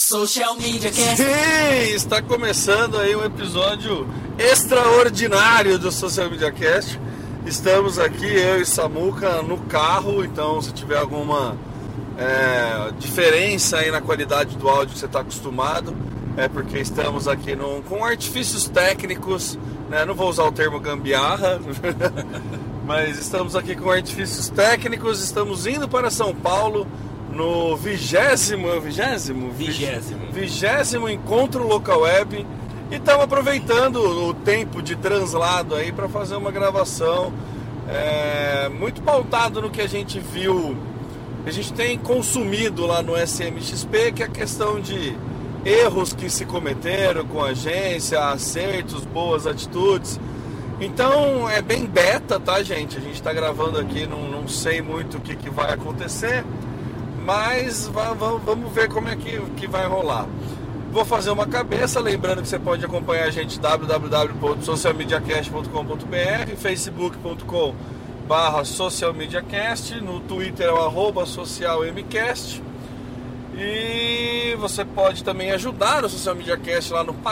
Social Media Cast. Sim, está começando aí um episódio extraordinário do Social Media Cast. Estamos aqui, eu e Samuca, no carro, então se tiver alguma diferença aí na qualidade do áudio que você está acostumado, é porque estamos aqui com artifícios técnicos, né? Não vou usar o termo gambiarra, mas estamos aqui com artifícios técnicos, estamos indo para São Paulo no 20º Encontro Local Web e estamos aproveitando o tempo de translado aí para fazer uma gravação muito pautado no que a gente viu, a gente tem consumido lá no SMXP, que é a questão de erros que se cometeram com a agência, acertos, boas atitudes. Então é bem beta, tá, gente? A gente está gravando aqui, não sei muito o que vai acontecer, mas vamos ver como é que vai rolar. Vou fazer uma cabeça, lembrando que você pode acompanhar a gente www.socialmediacast.com.br, facebook.com/socialmediacast, no Twitter é o @socialmcast. E você pode também ajudar o Social Media Cast lá no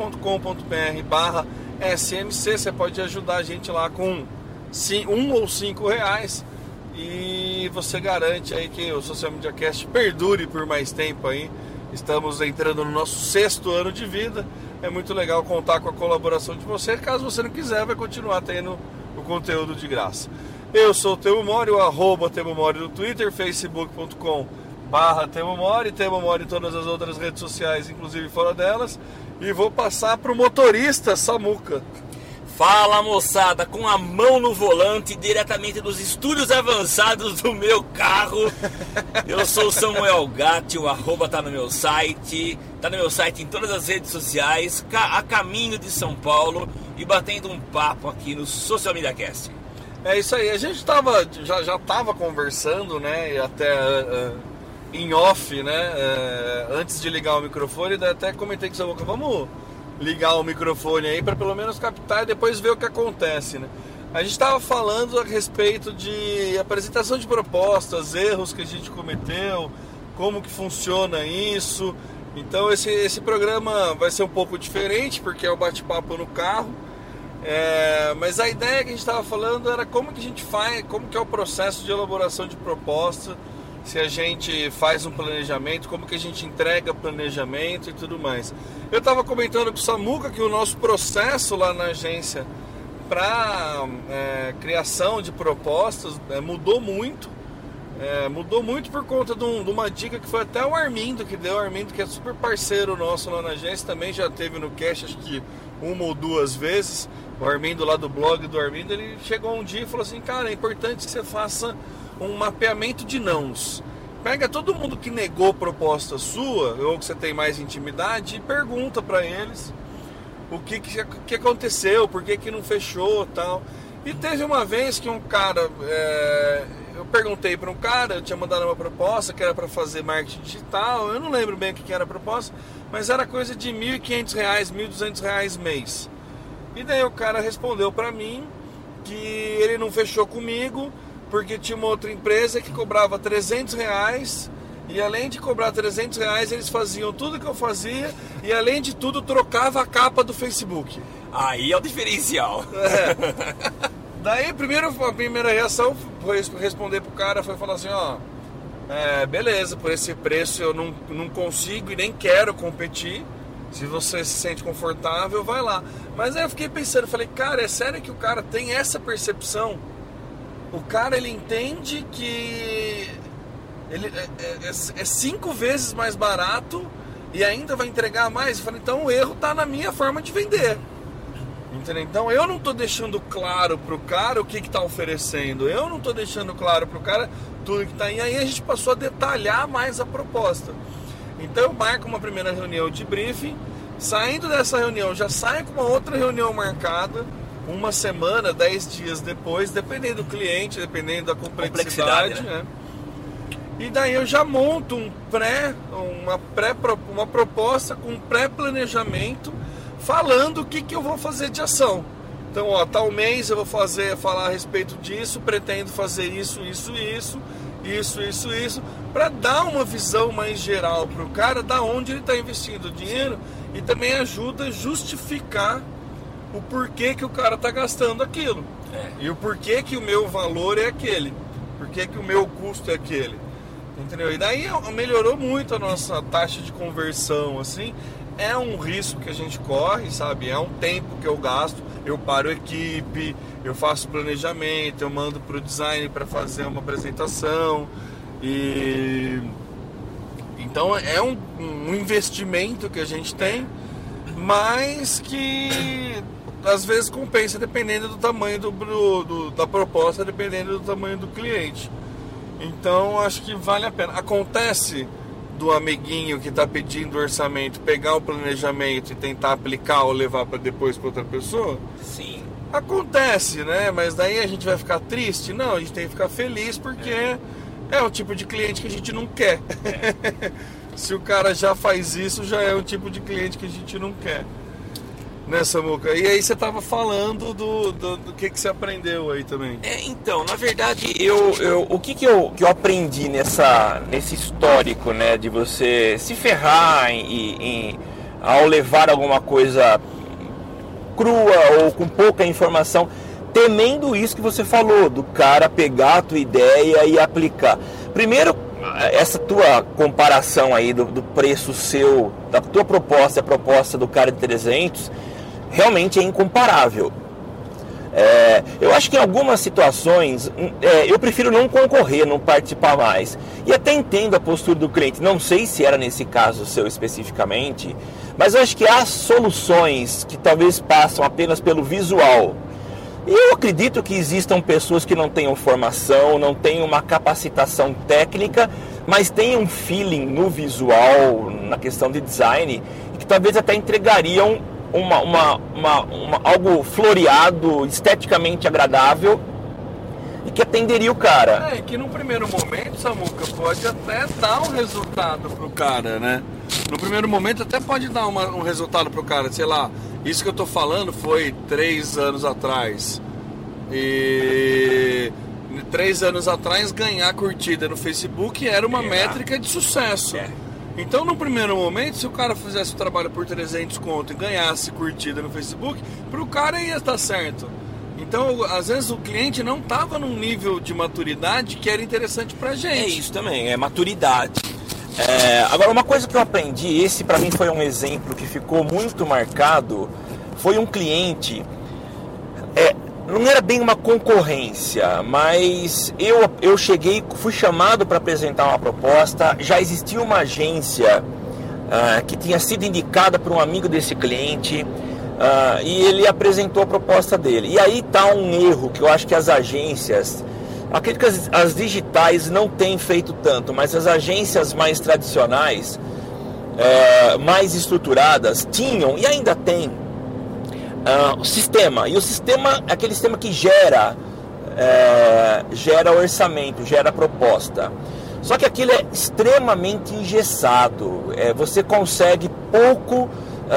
padrim.com.br/SMC. Você pode ajudar a gente lá com R$1 ou R$5 e você garante aí que o Social Media Cast perdure por mais tempo aí. Estamos entrando no nosso 6º ano de vida. É muito legal contar com a colaboração de você. Caso você não quiser, vai continuar tendo o conteúdo de graça. Eu sou o Temo Mori, o @Temo Mori no Twitter, facebook.com/Temo Mori em todas as outras redes sociais, inclusive fora delas. E vou passar para o motorista Samuca. Fala, moçada, com a mão no volante, diretamente dos estúdios avançados do meu carro. Eu sou o Samuel Gatti, o @ tá no meu site em todas as redes sociais, a caminho de São Paulo e batendo um papo aqui no Social Media Cast. É isso aí, a gente já estava conversando, né, e até em off, né, antes de ligar o microfone, até comentei com o Samuca, vamos ligar o microfone aí para pelo menos captar e depois ver o que acontece, né? A gente estava falando a respeito de apresentação de propostas, erros que a gente cometeu, como que funciona isso. Então esse programa vai ser um pouco diferente porque é um bate-papo no carro, mas a ideia que a gente estava falando era como que a gente faz, como que é o processo de elaboração de proposta, se a gente faz um planejamento, como que a gente entrega planejamento e tudo mais. Eu estava comentando com o Samuca que o nosso processo lá na agência para criação de propostas mudou muito. Mudou muito por conta de uma dica que foi até o Armindo que deu. O Armindo, que é super parceiro nosso lá na agência, também já teve no cast acho que 1 ou 2 vezes. O Armindo lá do blog do Armindo, ele chegou um dia e falou assim: cara, é importante que você faça um mapeamento de nãos. Pega todo mundo que negou proposta sua, ou que você tem mais intimidade, e pergunta para eles o que aconteceu, por que não fechou, tal. E teve uma vez que um cara, eu perguntei para um cara, eu tinha mandado uma proposta que era para fazer marketing digital, eu não lembro bem o que era a proposta, mas era coisa de R$1.500, R$1.200 mês. E daí o cara respondeu para mim que ele não fechou comigo porque tinha uma outra empresa que cobrava R$300 e além de cobrar R$300 eles faziam tudo que eu fazia e além de tudo trocava a capa do Facebook. Aí é o diferencial. Daí a primeira reação foi responder pro cara, foi falar assim, beleza, por esse preço eu não consigo e nem quero competir. Se você se sente confortável, vai lá. Mas aí eu fiquei pensando, falei, cara, é sério que o cara tem essa percepção? O cara, ele entende que ele é 5 vezes mais barato e ainda vai entregar mais. Eu falei, então o erro está na minha forma de vender. Entendeu? Então eu não estou deixando claro pro cara o que está oferecendo. Eu não estou deixando claro pro cara tudo que está. E aí a gente passou a detalhar mais a proposta. Então eu marco uma primeira reunião de briefing. Saindo dessa reunião, já saio com uma outra reunião marcada. Uma semana, 10 dias depois, dependendo do cliente, dependendo da complexidade, né? E daí eu já monto uma proposta com pré-planejamento, falando o que eu vou fazer de ação. Então, tal mês eu vou falar a respeito disso, pretendo fazer isso, isso, para dar uma visão mais geral para o cara da onde ele está investindo o dinheiro e também ajuda a justificar o porquê que o cara está gastando aquilo e o porquê que o meu valor é aquele, porquê que o meu custo é aquele, entendeu? E daí melhorou muito a nossa taxa de conversão, assim. É um risco que a gente corre, sabe? É um tempo que eu gasto. Eu paro a equipe, eu faço planejamento, eu mando pro design para fazer uma apresentação. E então é um investimento que a gente tem, mas que às vezes compensa dependendo do tamanho da proposta, dependendo do tamanho do cliente. Então acho que vale a pena. Acontece do amiguinho que está pedindo orçamento pegar o planejamento e tentar aplicar ou levar para depois para outra pessoa? Sim. Acontece, né? Mas daí a gente vai ficar triste? Não, a gente tem que ficar feliz porque é o tipo de cliente que a gente não quer. Se o cara já faz isso, já é um tipo de cliente que a gente não quer. Né, Samuca? E aí você estava falando do que você aprendeu aí também. Então, na verdade, o que eu aprendi nesse histórico, né, de você se ferrar ao levar alguma coisa crua ou com pouca informação, temendo isso que você falou, do cara pegar a tua ideia e aplicar. Primeiro, essa tua comparação aí do preço seu, da tua proposta e a proposta do cara de 300, realmente é incomparável. Eu acho que em algumas situações eu prefiro não concorrer, não participar mais. E até entendo a postura do cliente. Não sei se era nesse caso seu especificamente, mas eu acho que há soluções que talvez passam apenas pelo visual. E eu acredito que existam pessoas que não tenham formação, não tenham uma capacitação técnica, mas tenham um feeling no visual, na questão de design, e que talvez até entregariam algo floreado, esteticamente agradável e que atenderia o cara. Que no primeiro momento, Samuca, pode até dar um resultado pro cara, né? No primeiro momento até pode dar um resultado pro cara, sei lá, isso que eu tô falando foi 3 anos atrás. E 3 anos atrás ganhar curtida no Facebook era uma métrica de sucesso. Então, no primeiro momento, se o cara fizesse o trabalho por 300 conto e ganhasse curtida no Facebook, pro cara ia estar certo. Então, às vezes o cliente não estava num nível de maturidade que era interessante pra gente. É isso também, é maturidade. Agora, uma coisa que eu aprendi, esse pra mim foi um exemplo que ficou muito marcado, foi um cliente... não era bem uma concorrência, mas eu cheguei, fui chamado para apresentar uma proposta. Já existia uma agência que tinha sido indicada por um amigo desse cliente, e ele apresentou a proposta dele. E aí está um erro que eu acho que as agências, acredito que as digitais não têm feito tanto, mas as agências mais tradicionais, mais estruturadas, tinham e ainda têm o sistema. E o sistema é aquele sistema que gera orçamento, gera proposta. Só que aquilo é extremamente engessado. Você consegue pouco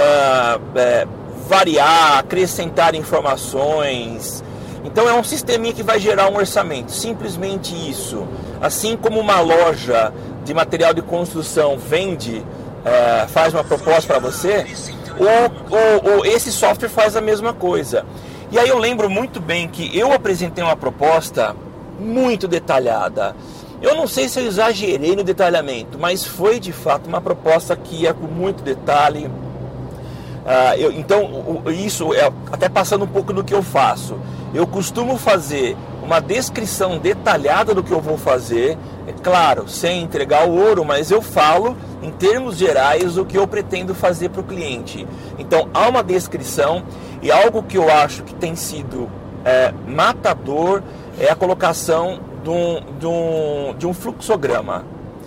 variar, acrescentar informações. Então é um sisteminha que vai gerar um orçamento. Simplesmente isso. Assim como uma loja de material de construção vende, faz uma proposta para você, esse software faz a mesma coisa. E aí eu lembro muito bem que eu apresentei uma proposta muito detalhada. Eu não sei se eu exagerei no detalhamento, mas foi de fato uma proposta que ia com muito detalhe. Então isso é até passando um pouco do que eu faço. Eu costumo fazer uma descrição detalhada do que eu vou fazer, é claro, sem entregar o ouro, mas eu falo em termos gerais o que eu pretendo fazer para o cliente. Então há uma descrição, e algo que eu acho que tem sido matador é a colocação de um fluxograma.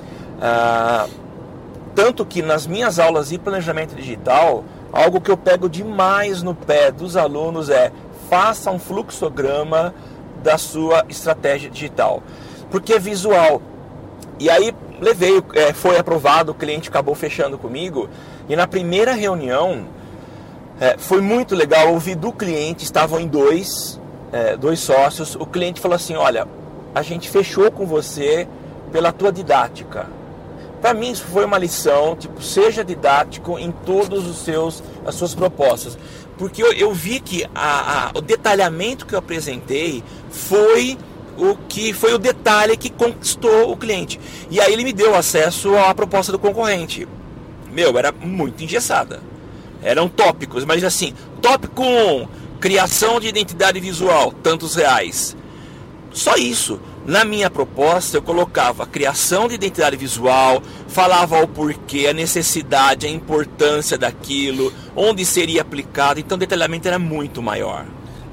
Tanto que nas minhas aulas de planejamento digital, algo que eu pego demais no pé dos alunos faça um fluxograma da sua estratégia digital, porque é visual. E aí foi aprovado, o cliente acabou fechando comigo, e na primeira reunião foi muito legal ouvir do cliente, estavam em dois sócios. O cliente falou assim: olha, a gente fechou com você pela tua didática. Para mim isso foi uma lição, tipo, seja didático em todos as suas propostas. Porque eu vi que o detalhamento que eu apresentei foi o detalhe que conquistou o cliente. E aí ele me deu acesso à proposta do concorrente. Era muito engessada. Eram tópicos, mas assim, tópico 1, criação de identidade visual, tantos reais. Só isso. Na minha proposta eu colocava a criação de identidade visual, falava o porquê, a necessidade, a importância daquilo, onde seria aplicado, então o detalhamento era muito maior.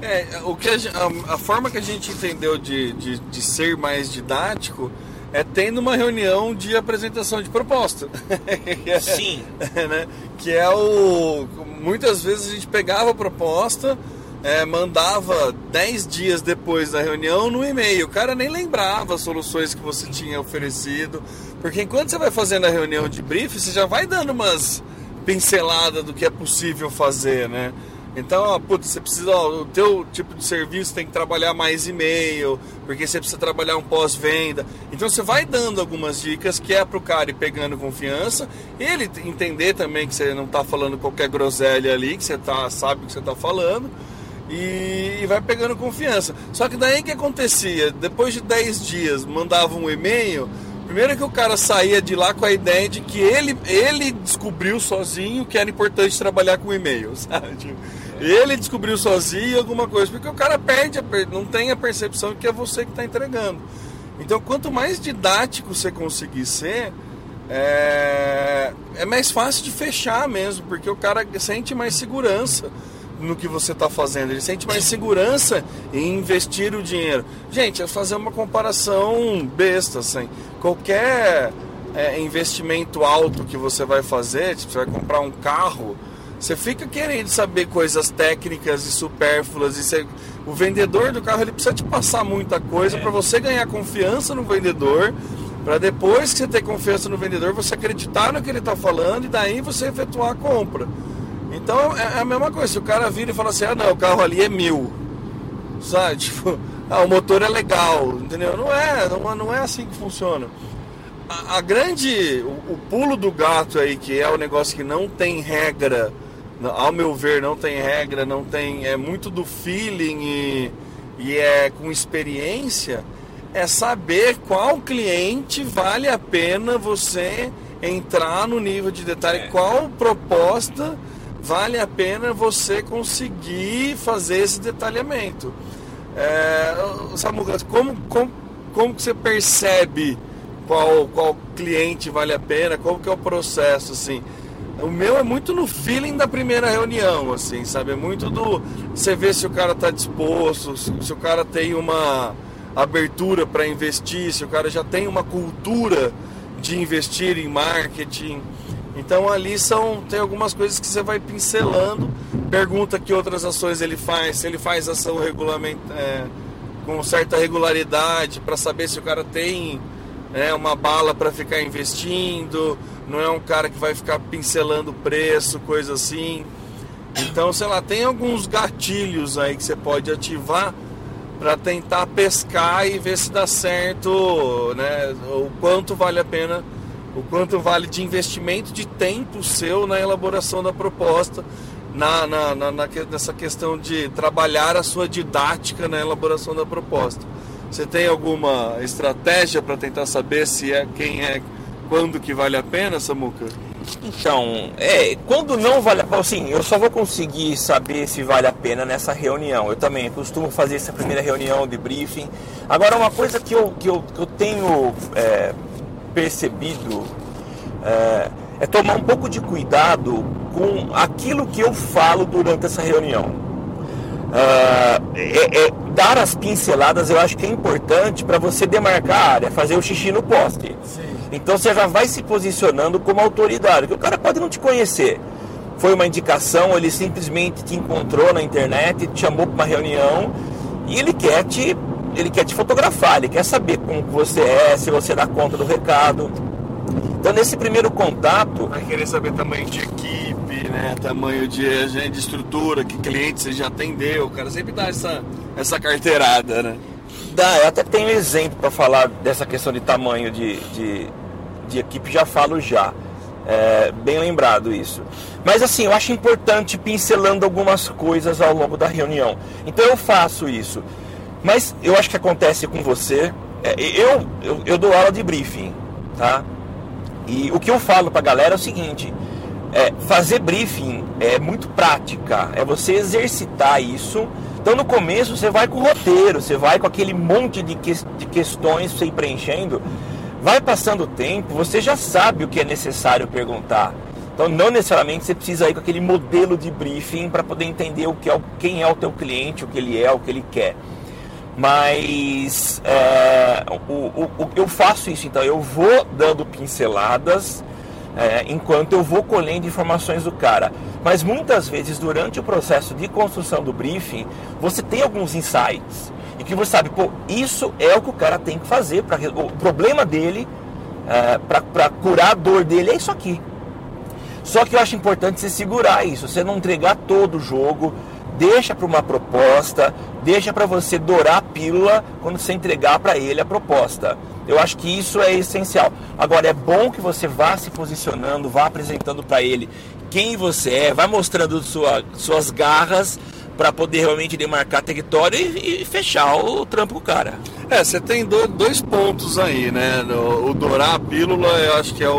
A forma que a gente entendeu de ser mais didático é tendo uma reunião de apresentação de proposta. Sim. Né? Que muitas vezes a gente pegava a proposta, mandava 10 dias depois da reunião no e-mail. O cara nem lembrava as soluções que você tinha oferecido, porque enquanto você vai fazendo a reunião de briefing, você já vai dando umas pinceladas do que é possível fazer, né? Então, você precisa, o teu tipo de serviço tem que trabalhar mais e-mail, porque você precisa trabalhar um pós-venda. Então você vai dando algumas dicas que é pro cara ir pegando confiança, ele entender também que você não está falando qualquer groselha ali, que você sabe o que você está falando, e vai pegando confiança. Só que daí o que acontecia? Depois de 10 dias, mandava um e-mail. Primeiro que o cara saía de lá com a ideia de que ele descobriu sozinho que era importante trabalhar com e-mail, sabe? Ele descobriu sozinho alguma coisa, porque o cara não tem a percepção de que é você que está entregando. Então, quanto mais didático você conseguir ser, é mais fácil de fechar mesmo, porque o cara sente mais segurança no que você está fazendo, ele sente mais segurança em investir o dinheiro. Gente, é fazer uma comparação besta, assim. Qualquer investimento alto que você vai fazer, tipo, você vai comprar um carro, você fica querendo saber coisas técnicas e supérfluas, o vendedor do carro ele precisa te passar muita coisa para você ganhar confiança no vendedor, para depois que você ter confiança no vendedor, você acreditar no que ele está falando e daí você efetuar a compra. Então é a mesma coisa, se o cara vira e fala assim, não, o carro ali é 1.000, sabe, tipo, o motor é legal, entendeu? Não é assim que funciona. O pulo do gato aí, que é o negócio que não tem regra, ao meu ver não tem regra, é muito do feeling e é com experiência, é saber qual cliente vale a pena você entrar no nível de detalhe, qual proposta vale a pena você conseguir fazer esse detalhamento. Samuca, como que você percebe qual cliente vale a pena, qual que é o processo, assim? O meu é muito no feeling da primeira reunião, assim, sabe? É muito você ver se o cara está disposto, se o cara tem uma abertura para investir, se o cara já tem uma cultura de investir em marketing. Então ali tem algumas coisas que você vai pincelando, pergunta que outras ações ele faz, se ele faz ação com certa regularidade, para saber se o cara tem uma bala para ficar investindo, não é um cara que vai ficar pincelando preço, coisa assim. Então, sei lá, tem alguns gatilhos aí que você pode ativar para tentar pescar e ver se dá certo, né? O quanto vale a pena, o quanto vale de investimento de tempo seu na elaboração da proposta, nessa questão de trabalhar a sua didática na elaboração da proposta. Você tem alguma estratégia para tentar saber quando que vale a pena, Samuca? Então, quando não vale a pena, assim, eu só vou conseguir saber se vale a pena nessa reunião. Eu também costumo fazer essa primeira reunião de briefing. Agora, uma coisa que eu tenho percebido é tomar um pouco de cuidado com aquilo que eu falo durante essa reunião. Dar as pinceladas eu acho que é importante para você demarcar a área, fazer o xixi no poste. Sim. Então você já vai se posicionando como autoridade, porque o cara pode não te conhecer. Foi uma indicação, ele simplesmente te encontrou na internet, te chamou para uma reunião e ele quer te fotografar, ele quer saber como você é, se você dá conta do recado. Então nesse primeiro contato... Vai querer saber tamanho de equipe, né? Tamanho de estrutura, que cliente você já atendeu. O cara sempre dá essa carteirada, né? Dá, eu até tenho exemplo para falar dessa questão de tamanho de equipe, já falo já. Bem lembrado isso. Mas assim, eu acho importante pincelando algumas coisas ao longo da reunião. Então eu faço isso. Mas eu acho que acontece com você. Eu dou aula de briefing, tá? E o que eu falo pra galera é o seguinte: fazer briefing é muito prática, é você exercitar isso. Então no começo você vai com o roteiro, você vai com aquele monte de questões pra você ir preenchendo. Vai passando o tempo, você já sabe o que é necessário perguntar. Então não necessariamente você precisa ir com aquele modelo de briefing para poder entender quem é o teu cliente, o que ele é, o que ele quer. Mas eu faço isso, então eu vou dando pinceladas enquanto eu vou colhendo informações do cara. Mas muitas vezes durante o processo de construção do briefing, você tem alguns insights. E que você sabe, isso é o que o cara tem que fazer. O problema dele, para curar a dor dele, é isso aqui. Só que eu acho importante você segurar isso, você não entregar todo o jogo, deixa para uma proposta, deixa para você dourar a pílula quando você entregar para ele a proposta. Eu acho que isso é essencial. Agora, é bom que você vá se posicionando, vá apresentando para ele quem você é, vai mostrando suas garras, para poder realmente demarcar território e fechar o trampo com o cara. Você tem dois pontos aí, né? O dourar a pílula, eu acho que é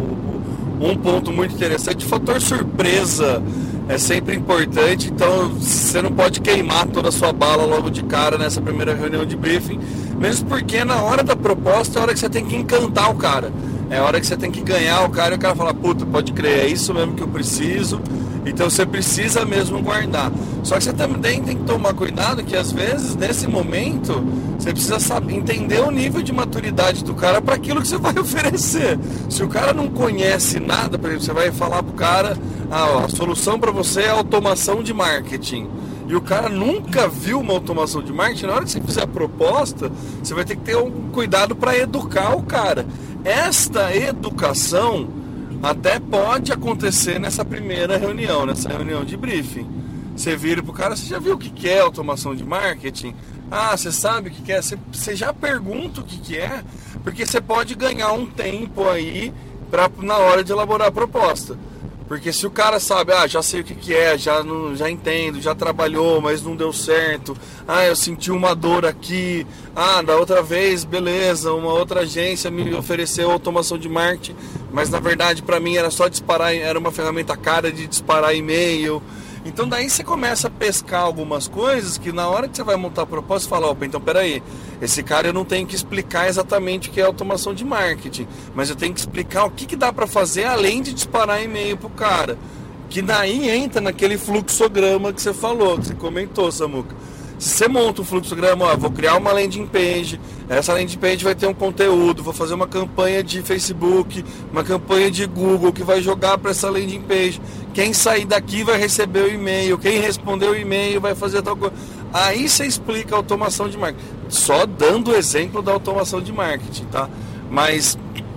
um ponto muito interessante. O fator surpresa é sempre importante, então você não pode queimar toda a sua bala logo de cara nessa primeira reunião de briefing, mesmo porque na hora da proposta é a hora que você tem que encantar o cara. É a hora que você tem que ganhar o cara e o cara fala, puta, pode crer, é isso mesmo que eu preciso. Então você precisa mesmo guardar. Só que você também tem que tomar cuidado que às vezes, nesse momento, você precisa entender o nível de maturidade do cara para aquilo que você vai oferecer. Se o cara não conhece nada, por exemplo, você vai falar pro cara, a solução para você é automação de marketing. E o cara nunca viu uma automação de marketing, na hora que você fizer a proposta, você vai ter que ter um cuidado para educar o cara. Esta educação até pode acontecer nessa primeira reunião, nessa reunião de briefing. Você vira pro cara, você já viu o que é automação de marketing? Você sabe o que é? Você já pergunta o que é, porque você pode ganhar um tempo aí na hora de elaborar a proposta. Porque se o cara sabe, já sei o que é, já entendo, já trabalhou, mas não deu certo. Eu senti uma dor aqui. Da outra vez, beleza, uma outra agência me ofereceu automação de marketing, mas na verdade para mim era só disparar, era uma ferramenta cara de disparar e-mail. Então daí você começa a pescar algumas coisas que na hora que você vai montar a proposta, você fala, opa, então peraí, esse cara eu não tenho que explicar exatamente o que é automação de marketing, mas eu tenho que explicar o que dá para fazer além de disparar e-mail pro cara. Que daí entra naquele fluxograma que você falou, que você comentou, Samuca. Se você monta um fluxograma, vou criar uma landing page, essa landing page vai ter um conteúdo, vou fazer uma campanha de Facebook, uma campanha de Google que vai jogar para essa landing page. Quem sair daqui vai receber o e-mail, quem responder o e-mail vai fazer tal coisa. Aí você explica a automação de marketing. Só dando o exemplo da automação de marketing, tá? Mas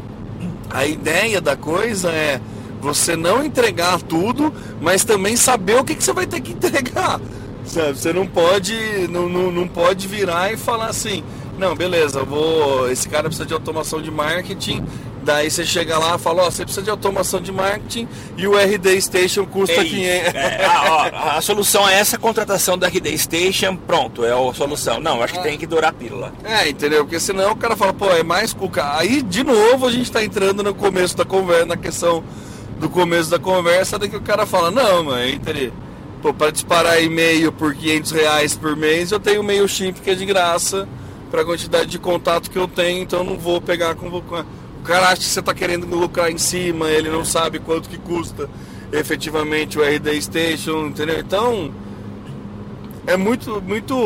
a ideia da coisa é você não entregar tudo, mas também saber o que você vai ter que entregar. Sabe? Você não pode virar e falar assim, não, beleza, esse cara precisa de automação de marketing, daí você chega lá e fala, você precisa de automação de marketing e o RD Station custa 500. A solução é essa contratação da RD Station, pronto, é a solução. Não, acho que tem que dourar a pílula. Entendeu? Porque senão o cara fala, é mais cuca. Aí, de novo, a gente tá entrando no começo da conversa, na questão do começo da conversa, daí que o cara fala, não, mano, entendeu? Para disparar e-mail por R$500 por mês, eu tenho o MailChimp que é de graça para a quantidade de contato que eu tenho, então não vou pegar com... O cara acha que você está querendo lucrar em cima, ele não sabe quanto que custa efetivamente o RD Station, entendeu? Então, é muito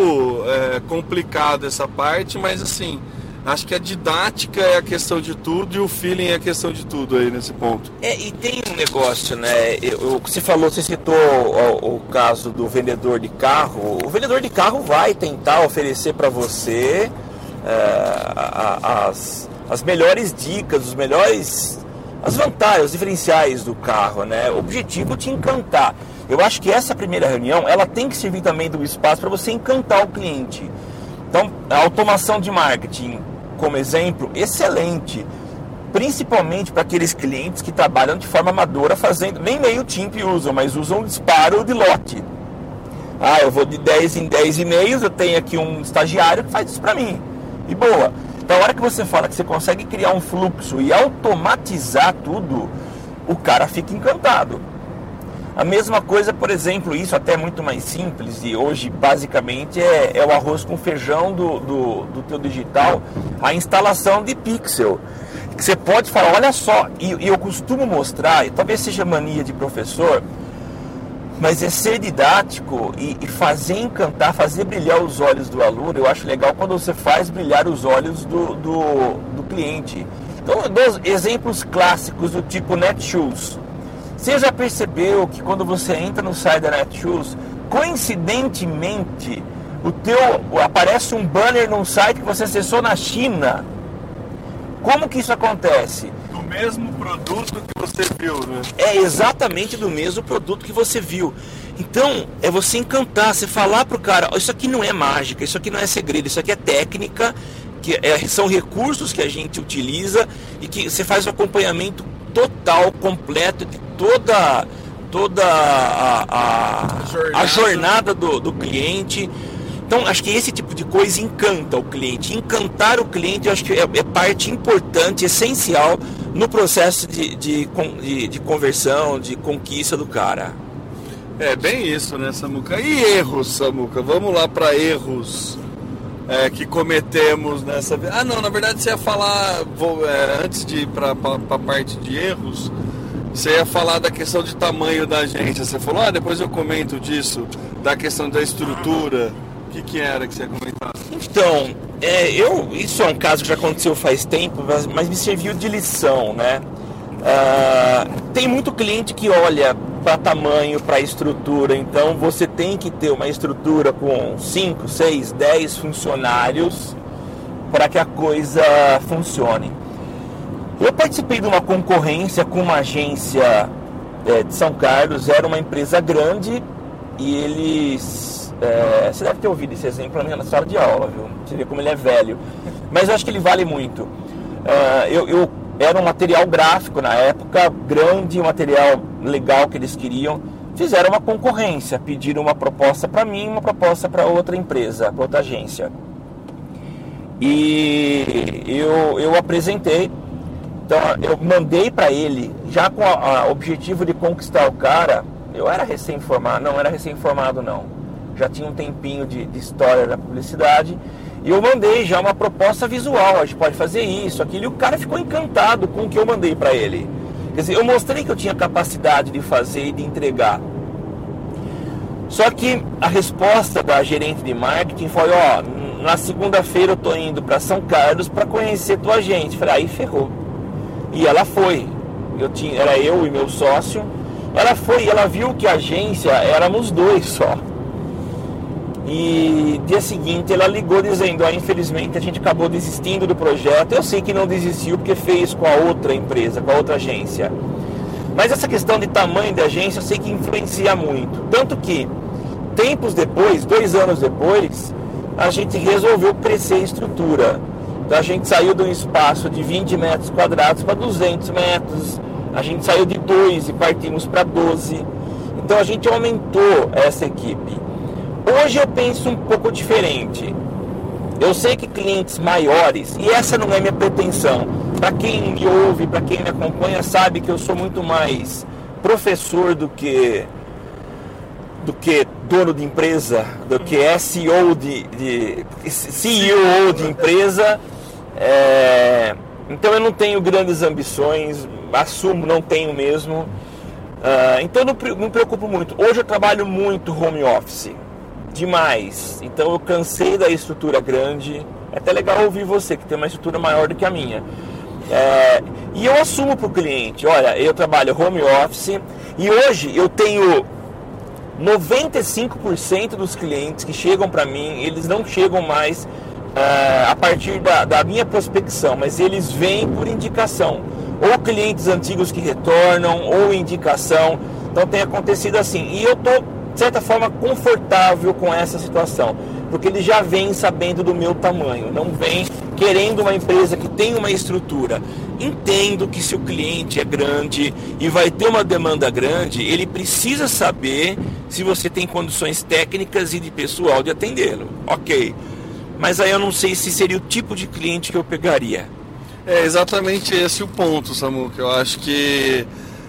complicado essa parte, mas assim... Acho que a didática é a questão de tudo e o feeling é a questão de tudo aí nesse ponto. E tem um negócio, né? Você citou o caso do vendedor de carro. O vendedor de carro vai tentar oferecer para você as melhores dicas, as vantagens, os diferenciais do carro, né? O objetivo é te encantar. Eu acho que essa primeira reunião, ela tem que servir também do espaço para você encantar o cliente. Então, a automação de marketing, como exemplo, excelente. Principalmente para aqueles clientes que trabalham de forma amadora, fazendo, nem MailChimp usam, mas usam disparo de lote. Eu vou de 10 em 10 e-mails, eu tenho aqui um estagiário que faz isso para mim. E boa. Então, a hora que você fala que você consegue criar um fluxo e automatizar tudo, o cara fica encantado. A mesma coisa, por exemplo, isso até é muito mais simples, e hoje basicamente é o arroz com feijão do teu digital, a instalação de pixel. Que você pode falar, olha só, e eu costumo mostrar, e talvez seja mania de professor, mas é ser didático e fazer encantar, fazer brilhar os olhos do aluno. Eu acho legal quando você faz brilhar os olhos do cliente. Então, eu dou exemplos clássicos do tipo Netshoes. Você já percebeu que quando você entra no site da Netshoes, coincidentemente, aparece um banner num site que você acessou na China? Como que isso acontece? Do mesmo produto que você viu, né? É exatamente do mesmo produto que você viu. Então, é você encantar, você falar pro cara, isso aqui não é mágica, isso aqui não é segredo, isso aqui é técnica, são recursos que a gente utiliza e que você faz o acompanhamento total, completo de toda a jornada do cliente. Então, acho que esse tipo de coisa encanta o cliente. Encantar o cliente, eu acho que é parte importante, essencial no processo de conversão, de conquista do cara. É bem isso, né, Samuca? E erros, Samuca? Vamos lá para erros que cometemos nessa... não, na verdade você ia falar, antes de ir para a parte de erros, você ia falar da questão de tamanho da agência. Você falou, depois eu comento disso, da questão da estrutura. O que era que você ia comentar? Então, isso é um caso que já aconteceu faz tempo, mas me serviu de lição, né? Tem muito cliente que olha para tamanho, para estrutura, então você tem que ter uma estrutura com 5, 6, 10 funcionários para que a coisa funcione. Eu participei de uma concorrência com uma agência de São Carlos, era uma empresa grande e eles... você deve ter ouvido esse exemplo na sala de aula, viu? Você vê como ele é velho. Mas eu acho que ele vale muito. Eu era um material gráfico na época, grande, um material legal que eles queriam. Fizeram uma concorrência, pediram uma proposta para mim, uma proposta para outra empresa, para outra agência. E eu apresentei. Então eu mandei para ele, já com o objetivo de conquistar o cara. Eu era recém-formado, não era recém-formado não. Já tinha um tempinho de história da publicidade. E eu mandei já uma proposta visual, a gente pode fazer isso, aquilo. E o cara ficou encantado com o que eu mandei para ele. Quer dizer, eu mostrei que eu tinha capacidade de fazer e de entregar. Só que a resposta da gerente de marketing foi, na segunda-feira eu tô indo para São Carlos para conhecer tua agente. Falei, aí ferrou. E ela foi. Era eu e meu sócio. Ela foi e ela viu que a agência éramos dois só. E dia seguinte ela ligou dizendo, infelizmente a gente acabou desistindo do projeto. Eu sei que não desistiu porque fez com a outra empresa, com a outra agência. Mas essa questão de tamanho de agência eu sei que influencia muito. Tanto que, tempos depois, 2 anos depois, a gente resolveu crescer a estrutura. Então a gente saiu de um espaço de 20 metros quadrados para 200 metros. A gente saiu de 2 e partimos para 12. Então a gente aumentou essa equipe. Hoje eu penso um pouco diferente. Eu sei que clientes maiores, e essa não é minha pretensão, para quem me ouve, para quem me acompanha, sabe que eu sou muito mais professor do que dono de empresa, do que CEO CEO de empresa. Então eu não tenho grandes ambições, assumo, não tenho mesmo. Então eu não me preocupo muito. Hoje eu trabalho muito home office. Demais. Então eu cansei da estrutura grande. É até legal ouvir você que tem uma estrutura maior do que a minha. E eu assumo para o cliente, olha, eu trabalho home office e hoje eu tenho 95% dos clientes que chegam para mim, eles não chegam mais a partir da minha prospecção, mas eles vêm por indicação. Ou clientes antigos que retornam, ou indicação. Então tem acontecido assim. E eu estou, de certa forma, confortável com essa situação. porque ele já vem sabendo do meu tamanho, não vem querendo uma empresa que tem uma estrutura. Entendo que se o cliente é grande e vai ter uma demanda grande, ele precisa saber se você tem condições técnicas e de pessoal de atendê-lo. Ok, mas aí eu não sei se seria o tipo de cliente que eu pegaria. É exatamente esse o ponto, Samuca. Eu acho que,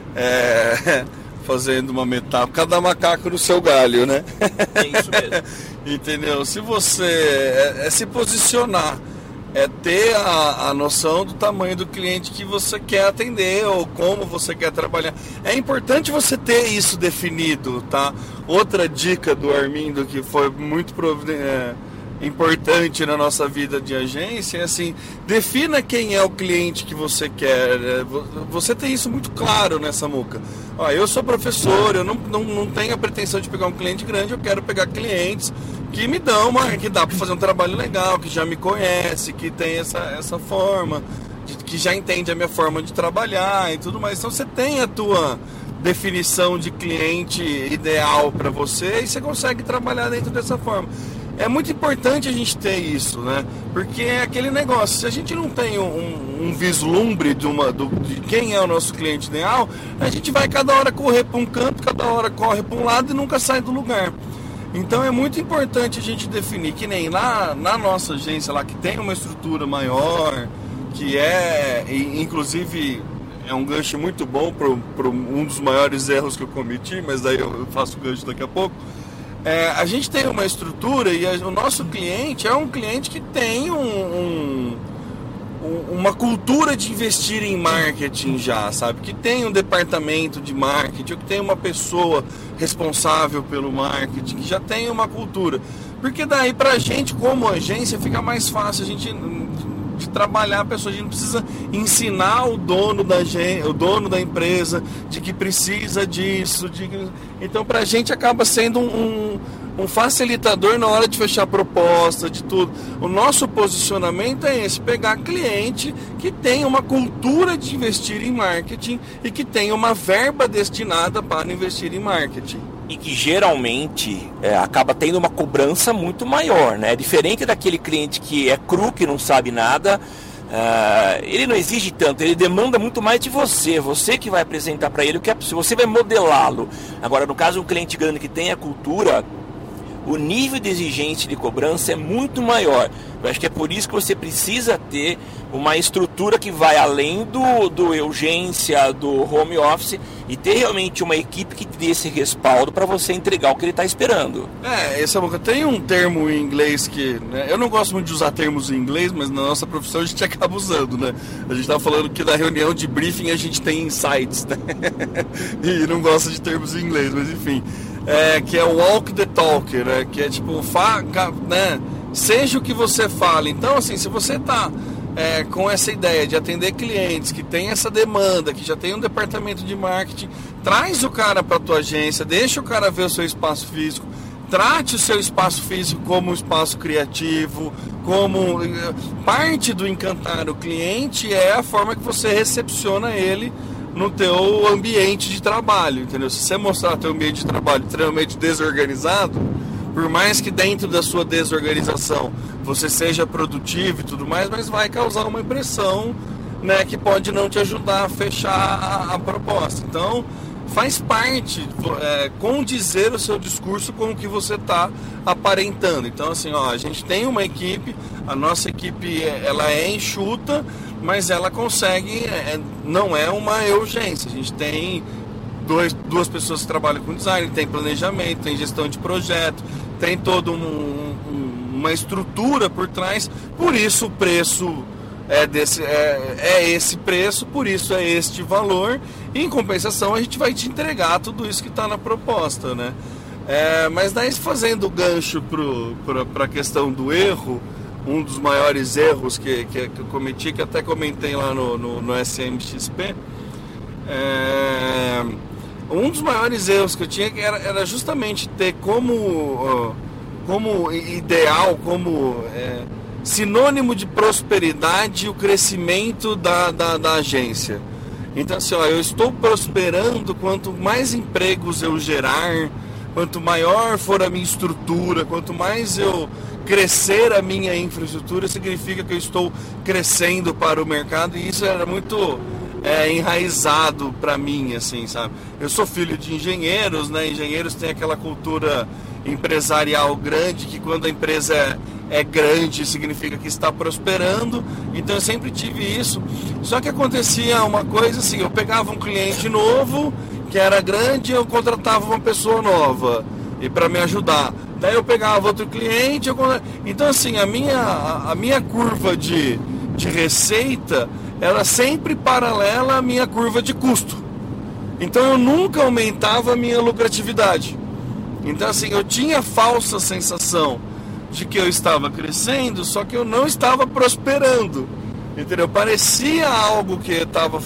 fazendo uma metáfora, cada macaco no seu galho, né? É isso mesmo. Entendeu? Se você se posicionar, ter a noção do tamanho do cliente que você quer atender ou como você quer trabalhar. É importante você ter isso definido, tá? Outra dica do Armindo que foi muito importante na nossa vida de agência é assim: defina quem é o cliente que você quer. Você tem isso muito claro, né, Samuca? Eu sou professor, eu não tenho a pretensão de pegar um cliente grande, eu quero pegar clientes que me dão que dá para fazer um trabalho legal, que já me conhece, que tem essa forma, que já entende a minha forma de trabalhar e tudo mais. Então você tem a tua definição de cliente ideal para você e você consegue trabalhar dentro dessa forma. É muito importante a gente ter isso, né? Porque é aquele negócio, se a gente não tem um vislumbre de quem é o nosso cliente ideal, a gente vai cada hora correr para um canto, cada hora corre para um lado e nunca sai do lugar. Então é muito importante a gente definir, que nem lá na nossa agência, lá que tem uma estrutura maior, que inclusive é um gancho muito bom para um dos maiores erros que eu cometi, mas daí eu faço o gancho daqui a pouco. A gente tem uma estrutura e o nosso cliente é um cliente que tem uma cultura de investir em marketing já, sabe? Que tem um departamento de marketing, que tem uma pessoa responsável pelo marketing, que já tem uma cultura. Porque daí pra gente, como agência, fica mais fácil a gente de trabalhar a pessoa. A gente não precisa ensinar o dono da empresa de que precisa disso. Então pra gente acaba sendo um facilitador na hora de fechar a proposta, de tudo. O nosso posicionamento é esse: pegar cliente que tem uma cultura de investir em marketing e que tem uma verba destinada para investir em marketing. E que geralmente acaba tendo uma cobrança muito maior, né? Diferente daquele cliente que é cru, que não sabe nada, ele não exige tanto, ele demanda muito mais de você que vai apresentar para ele o que é possível, você vai modelá-lo. Agora, no caso, um cliente grande que tem a cultura, o nível de exigência de cobrança é muito maior. Eu acho que é por isso que você precisa ter uma estrutura que vai além do urgência, do home office, e ter realmente uma equipe que te dê esse respaldo para você entregar o que ele está esperando. Tem um termo em inglês que, né, eu não gosto muito de usar termos em inglês, mas na nossa profissão a gente acaba usando, né? A gente estava falando que na reunião de briefing a gente tem insights, né? E não gosta de termos em inglês, mas enfim. Que é o walk the talk, né? Que é tipo, né? Seja o que você fala. Então, assim, se você está com essa ideia de atender clientes que tem essa demanda, que já tem um departamento de marketing, traz o cara para a tua agência, deixa o cara ver o seu espaço físico, trate o seu espaço físico como um espaço criativo, como parte do encantar o cliente é a forma que você recepciona ele no teu ambiente de trabalho, entendeu? Se você mostrar teu ambiente de trabalho extremamente desorganizado, por mais que dentro da sua desorganização você seja produtivo e tudo mais, mas vai causar uma impressão, né, que pode não te ajudar a fechar a proposta. Então, faz parte condizer o seu discurso com o que você está aparentando. Então, assim, a gente tem uma equipe, a nossa equipe ela é enxuta, mas ela consegue, não é uma urgência. A gente tem duas pessoas que trabalham com design, tem planejamento, tem gestão de projeto, tem toda uma estrutura por trás. Por isso o preço é esse preço, por isso é este valor. E, em compensação, a gente vai te entregar tudo isso que está na proposta, né? Mas daí, fazendo gancho para a questão do erro, um dos maiores erros que eu cometi, que até comentei lá no SMXP, um dos maiores erros que eu tinha era justamente ter como ideal, como sinônimo de prosperidade o crescimento da agência. Então, assim, eu estou prosperando quanto mais empregos eu gerar, quanto maior for a minha estrutura, quanto mais eu crescer a minha infraestrutura, significa que eu estou crescendo para o mercado, e isso era muito enraizado para mim, assim, sabe? Eu sou filho de engenheiros, né? Engenheiros têm aquela cultura empresarial grande, que quando a empresa é grande significa que está prosperando, então eu sempre tive isso. Só que acontecia uma coisa assim, eu pegava um cliente novo que era grande, eu contratava uma pessoa nova e para me ajudar. Daí eu pegava outro cliente, então assim, a minha curva de receita era sempre paralela à minha curva de custo. Então eu nunca aumentava a minha lucratividade. Então assim, eu tinha a falsa sensação de que eu estava crescendo, só que eu não estava prosperando, entendeu? Parecia algo que estava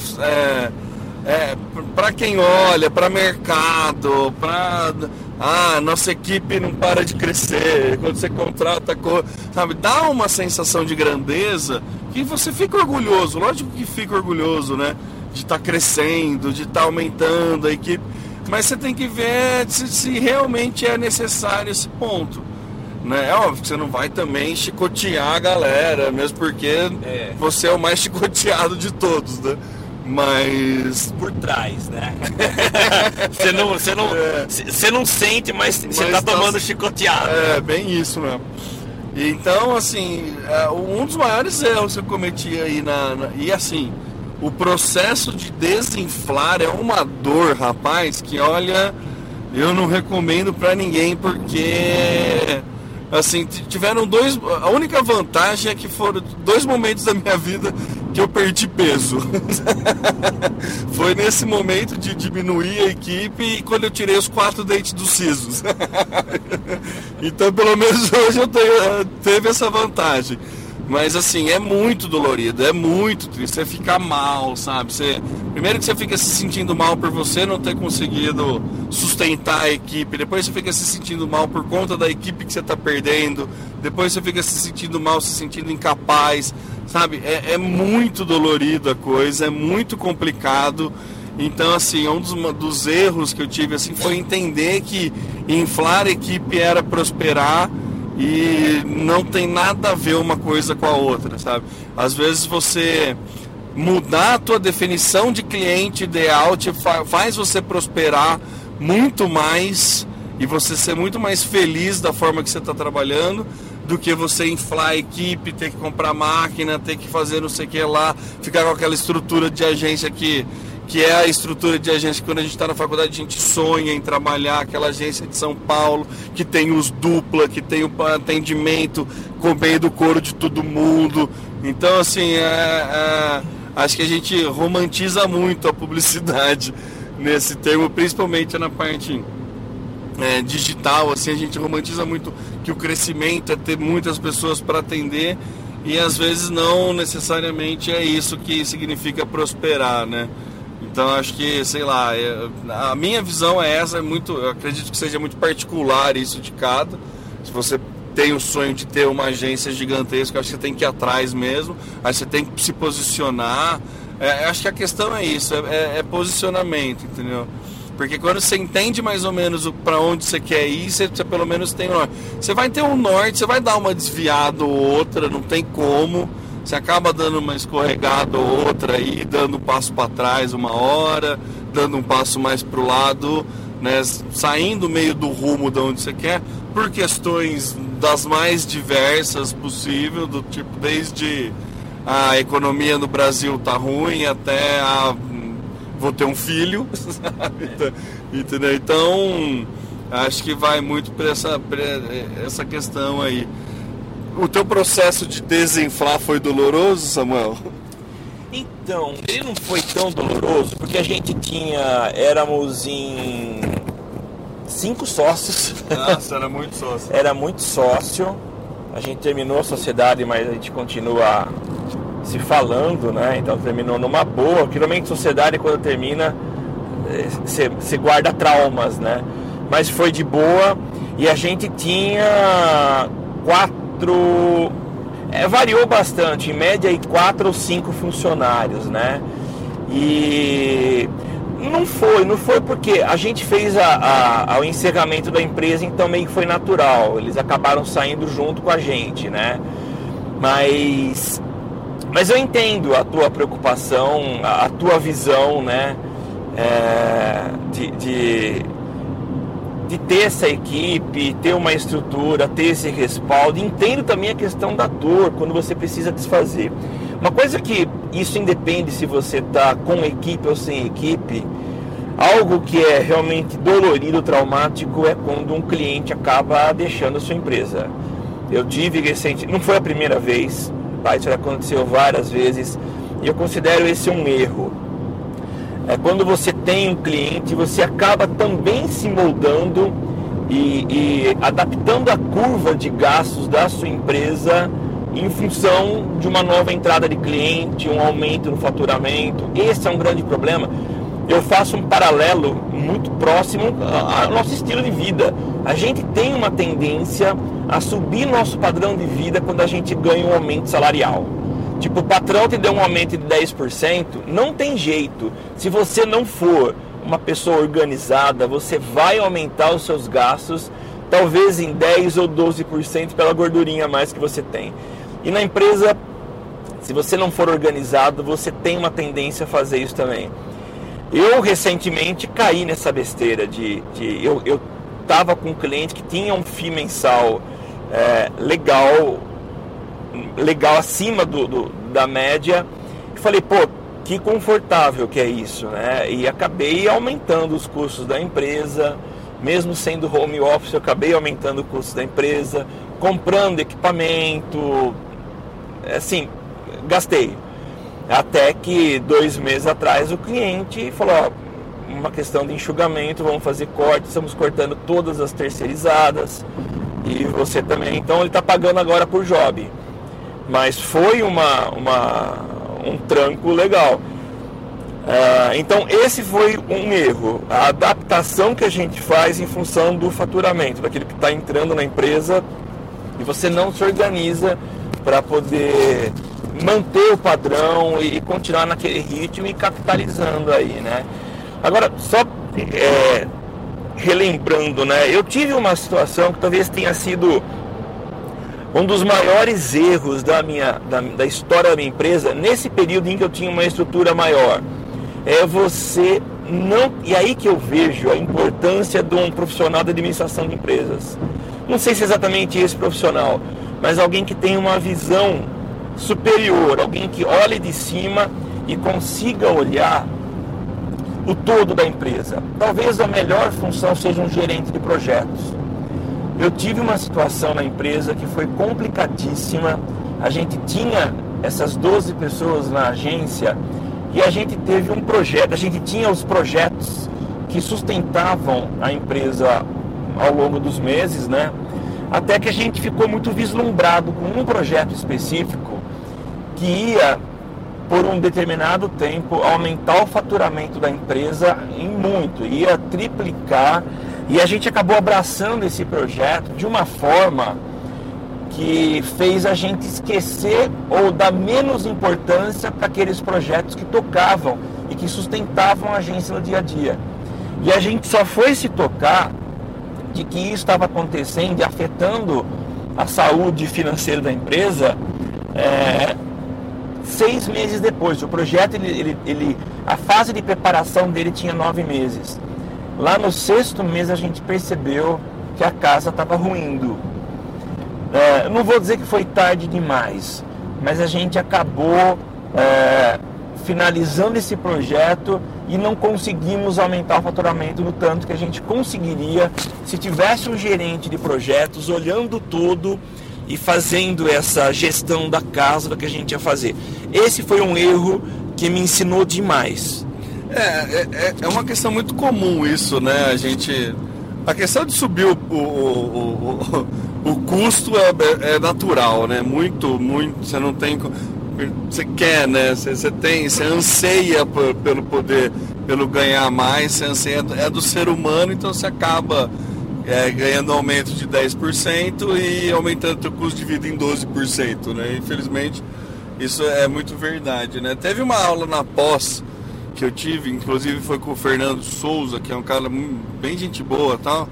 para quem olha, para mercado, para nossa equipe não para de crescer, quando você contrata, sabe, dá uma sensação de grandeza que você fica orgulhoso, lógico que fica orgulhoso, né, de estar crescendo, de estar aumentando a equipe, mas você tem que ver se realmente é necessário esse ponto, né? É óbvio que você não vai também chicotear a galera, mesmo porque você é o mais chicoteado de todos, né? Mas por trás, né? Você não sente, mas você tá tomando chicoteado. É, bem isso mesmo. Então, assim, um dos maiores erros que eu cometi aí e assim, o processo de desinflar é uma dor, rapaz, que olha, eu não recomendo pra ninguém, porque assim, tiveram a única vantagem é que foram 2 momentos da minha vida que eu perdi peso. Foi nesse momento de diminuir a equipe e quando eu tirei os 4 dentes dos sisos. Então, pelo menos hoje teve essa vantagem. Mas assim, é muito dolorido, é muito triste, você fica mal, sabe? Primeiro que você fica se sentindo mal por você não ter conseguido sustentar a equipe, depois você fica se sentindo mal por conta da equipe que você está perdendo, depois você fica se sentindo mal, se sentindo incapaz, sabe? É muito dolorido a coisa, é muito complicado. Então assim, um dos erros que eu tive assim, foi entender que inflar a equipe era prosperar, e não tem nada a ver uma coisa com a outra, sabe? Às vezes você mudar a tua definição de cliente ideal faz você prosperar muito mais e você ser muito mais feliz da forma que você está trabalhando do que você inflar a equipe, ter que comprar máquina, ter que fazer não sei o que lá, ficar com aquela estrutura de agência que é a estrutura de agência que quando a gente está na faculdade a gente sonha em trabalhar, aquela agência de São Paulo que tem os dupla, que tem o atendimento com bem do couro de todo mundo. Então assim, acho que a gente romantiza muito a publicidade nesse termo, principalmente na parte digital, assim, a gente romantiza muito que o crescimento é ter muitas pessoas para atender e às vezes não necessariamente é isso que significa prosperar, né? Então acho que, sei lá, a minha visão é essa, eu acredito que seja muito particular isso de cada. Se você tem o sonho de ter uma agência gigantesca, acho que você tem que ir atrás mesmo, aí você tem que se posicionar. Acho que a questão é isso, é posicionamento, entendeu? Porque quando você entende mais ou menos para onde você quer ir, você pelo menos tem um norte. Você vai ter um norte, você vai dar uma desviada ou outra, não tem como. Você acaba dando uma escorregada ou outra aí, dando um passo para trás uma hora, dando um passo mais para o lado, né, saindo meio do rumo de onde você quer, por questões das mais diversas possível, do tipo, desde a economia no Brasil tá ruim até vou ter um filho, sabe? Entendeu? Então, acho que vai muito para essa questão aí. O teu processo de desinflar foi doloroso, Samuel? Então, ele não foi tão doloroso, porque a gente éramos em 5 sócios. Nossa, era muito sócio. Era muito sócio. A gente terminou a sociedade, mas a gente continua se falando, né? Então terminou numa boa. Porque normalmente sociedade, quando termina, você guarda traumas, né? Mas foi de boa. E a gente tinha 4... variou bastante, em média 4 ou 5 funcionários, né? E Não foi porque a gente fez o encerramento da empresa, então meio que foi natural. Eles acabaram saindo junto com a gente, né? Mas eu entendo a tua preocupação, a tua visão, né? De ter essa equipe, ter uma estrutura, ter esse respaldo. Entendo também a questão da dor quando você precisa desfazer. Uma coisa que isso independe se você está com equipe ou sem equipe. Algo que é realmente dolorido, traumático, é quando um cliente acaba deixando a sua empresa. Eu tive recente, não foi a primeira vez, tá? Isso já aconteceu várias vezes, e eu considero esse um erro. É quando você tem um cliente, você acaba também se moldando e adaptando a curva de gastos da sua empresa em função de uma nova entrada de cliente, um aumento no faturamento. Esse é um grande problema. Eu faço um paralelo muito próximo ao nosso estilo de vida. A gente tem uma tendência a subir nosso padrão de vida quando a gente ganha um aumento salarial. Tipo, o patrão te deu um aumento de 10%, não tem jeito. Se você não for uma pessoa organizada, você vai aumentar os seus gastos, talvez em 10 ou 12% pela gordurinha a mais que você tem. E na empresa, se você não for organizado, você tem uma tendência a fazer isso também. Eu recentemente caí nessa besteira eu estava com um cliente que tinha um FII mensal legal acima da média, e falei, pô, que confortável que é isso, né? E acabei aumentando os custos da empresa, mesmo sendo home office, eu acabei aumentando o custo da empresa, comprando equipamento, assim, gastei. Até que 2 meses atrás o cliente falou, ó, uma questão de enxugamento, vamos fazer cortes, estamos cortando todas as terceirizadas, e você também, então ele está pagando agora por job. Mas foi um tranco legal. Então esse foi um erro, a adaptação que a gente faz em função do faturamento, daquele que está entrando na empresa, e você não se organiza para poder manter o padrão e continuar naquele ritmo e capitalizando aí, né? Agora, só relembrando, né? Eu tive uma situação que talvez tenha sido um dos maiores erros da história da minha empresa, nesse período em que eu tinha uma estrutura maior. Você não... E aí que eu vejo a importância de um profissional de administração de empresas. Não sei se é exatamente esse profissional, mas alguém que tem uma visão superior, alguém que olhe de cima e consiga olhar o todo da empresa. Talvez a melhor função seja um gerente de projetos. Eu tive uma situação na empresa que foi complicadíssima. A gente tinha essas 12 pessoas na agência e a gente teve um projeto, a gente tinha os projetos que sustentavam a empresa ao longo dos meses, né? Até que a gente ficou muito vislumbrado com um projeto específico que ia, por um determinado tempo, aumentar o faturamento da empresa em muito, ia triplicar, e a gente acabou abraçando esse projeto de uma forma que fez a gente esquecer ou dar menos importância para aqueles projetos que tocavam e que sustentavam a agência no dia a dia. E a gente só foi se tocar de que isso estava acontecendo e afetando a saúde financeira da empresa 6 meses depois. O projeto, a fase de preparação dele tinha 9 meses. Lá no 6º mês a gente percebeu que a casa estava ruindo. Não vou dizer que foi tarde demais, mas a gente acabou finalizando esse projeto e não conseguimos aumentar o faturamento no tanto que a gente conseguiria se tivesse um gerente de projetos olhando todo e fazendo essa gestão da casa, do que a gente ia fazer. Esse foi um erro que me ensinou demais. É uma questão muito comum isso, né? A questão de subir o custo é natural, né? Muito, você não tem... Você quer, né? Você anseia pelo poder, pelo ganhar mais, você anseia, é do ser humano, então você acaba ganhando aumento de 10% e aumentando o custo de vida em 12%, né? Infelizmente, isso é muito verdade, né? Teve uma aula na pós que eu tive, inclusive foi com o Fernando Souza, que é um cara bem gente boa, tal.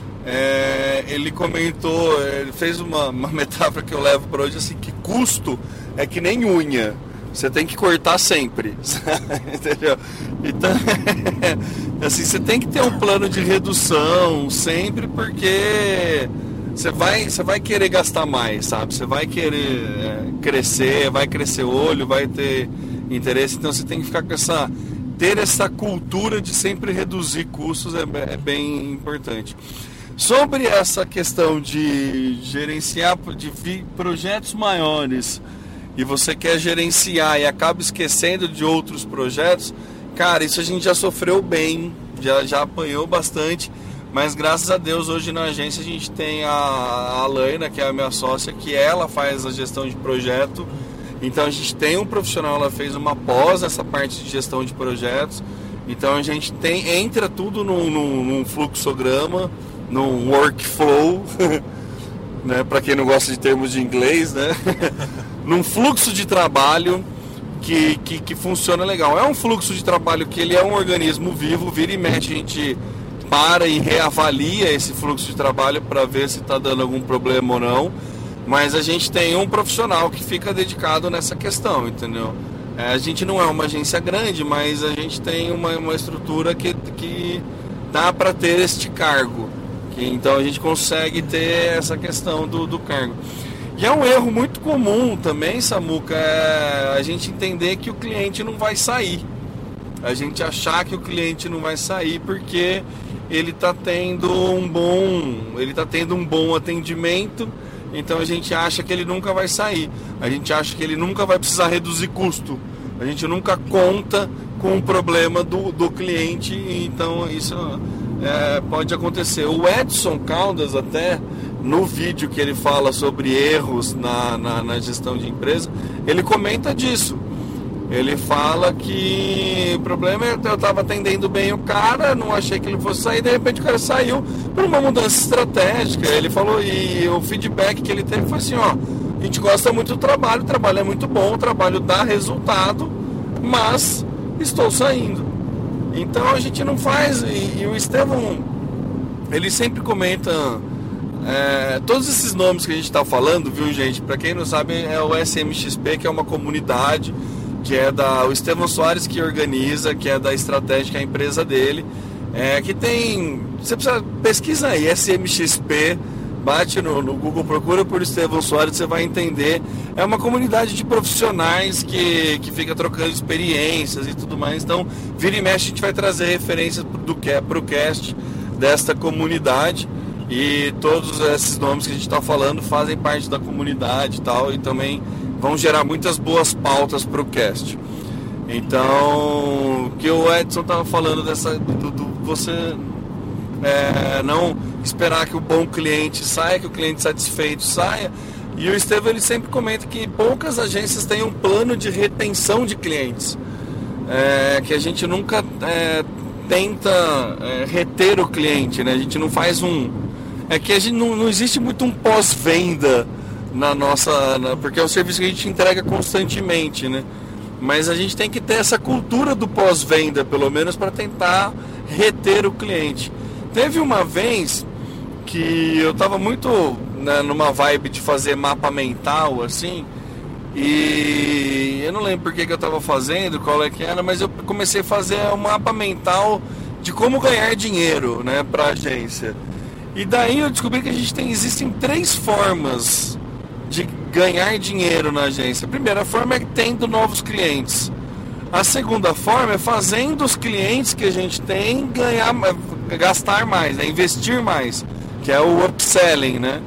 Ele comentou, ele fez uma metáfora que eu levo para hoje, assim, que custo é que nem unha, você tem que cortar sempre, entendeu? Então, assim, você tem que ter um plano de redução sempre, porque você vai querer gastar mais, sabe? Você vai querer crescer, vai crescer o olho, vai ter interesse, então você tem que ficar com ter essa cultura de sempre reduzir custos, é bem importante. Sobre essa questão de gerenciar de projetos maiores e você quer gerenciar e acaba esquecendo de outros projetos, cara, isso a gente já sofreu bem, já apanhou bastante, mas graças a Deus hoje na agência a gente tem a Alaina, que é a minha sócia, que ela faz a gestão de projeto. Então a gente tem um profissional, ela fez uma pós nessa parte de gestão de projetos. Então a gente entra tudo num fluxograma, num workflow, né? Para quem não gosta de termos de inglês, né? Num fluxo de trabalho que funciona legal. É um fluxo de trabalho que ele é um organismo vivo, vira e mexe, a gente para e reavalia esse fluxo de trabalho para ver se está dando algum problema ou não. Mas a gente tem um profissional que fica dedicado nessa questão, entendeu? A gente não é uma agência grande, mas a gente tem uma estrutura que dá para ter este cargo. Então a gente consegue ter essa questão do cargo. E é um erro muito comum também, Samuca, a gente entender que o cliente não vai sair. A gente achar que o cliente não vai sair porque ele está tendo um bom atendimento. Então a gente acha que ele nunca vai sair, a gente acha que ele nunca vai precisar reduzir custo, a gente nunca conta com o problema do cliente, então isso pode acontecer. O Edson Caldas, até no vídeo que ele fala sobre erros na gestão de empresa, ele comenta disso. Ele fala que o problema é que eu estava atendendo bem o cara, não achei que ele fosse sair, de repente o cara saiu por uma mudança estratégica. Ele falou, e o feedback que ele teve foi assim, ó, a gente gosta muito do trabalho, o trabalho é muito bom, o trabalho dá resultado, mas estou saindo. Então a gente não faz, e o Estevão, ele sempre comenta, todos esses nomes que a gente está falando, viu gente, para quem não sabe, é o SMXP, que é uma comunidade, que é o Estevão Soares que organiza, que é da Estratégica, a empresa dele, que tem, você precisa pesquisar aí, SMXP, bate no Google, procura por Estevão Soares, você vai entender. É uma comunidade de profissionais que fica trocando experiências e tudo mais. Então, vira e mexe, a gente vai trazer referências para o cast desta comunidade. E todos esses nomes que a gente está falando fazem parte da comunidade e tal, e também vão gerar muitas boas pautas para o cast. Então, o que o Edson estava falando você não esperar que o bom cliente saia, que o cliente satisfeito saia. E o Estevão, ele sempre comenta que poucas agências têm um plano de retenção de clientes, que a gente nunca tenta reter o cliente, né? A gente não faz que a gente não existe muito um pós-venda na nossa, porque é um serviço que a gente entrega constantemente, né? Mas a gente tem que ter essa cultura do pós-venda, pelo menos, para tentar reter o cliente. Teve uma vez que eu estava muito numa vibe de fazer mapa mental, assim, e eu não lembro por que eu estava fazendo, qual é que era, mas eu comecei a fazer um mapa mental de como ganhar dinheiro, né, para a agência. E daí eu descobri que existem 3 formas de ganhar dinheiro na agência. A primeira forma é tendo novos clientes. A segunda forma é fazendo os clientes que a gente tem gastar mais, né? Investir mais, que é o upselling, né?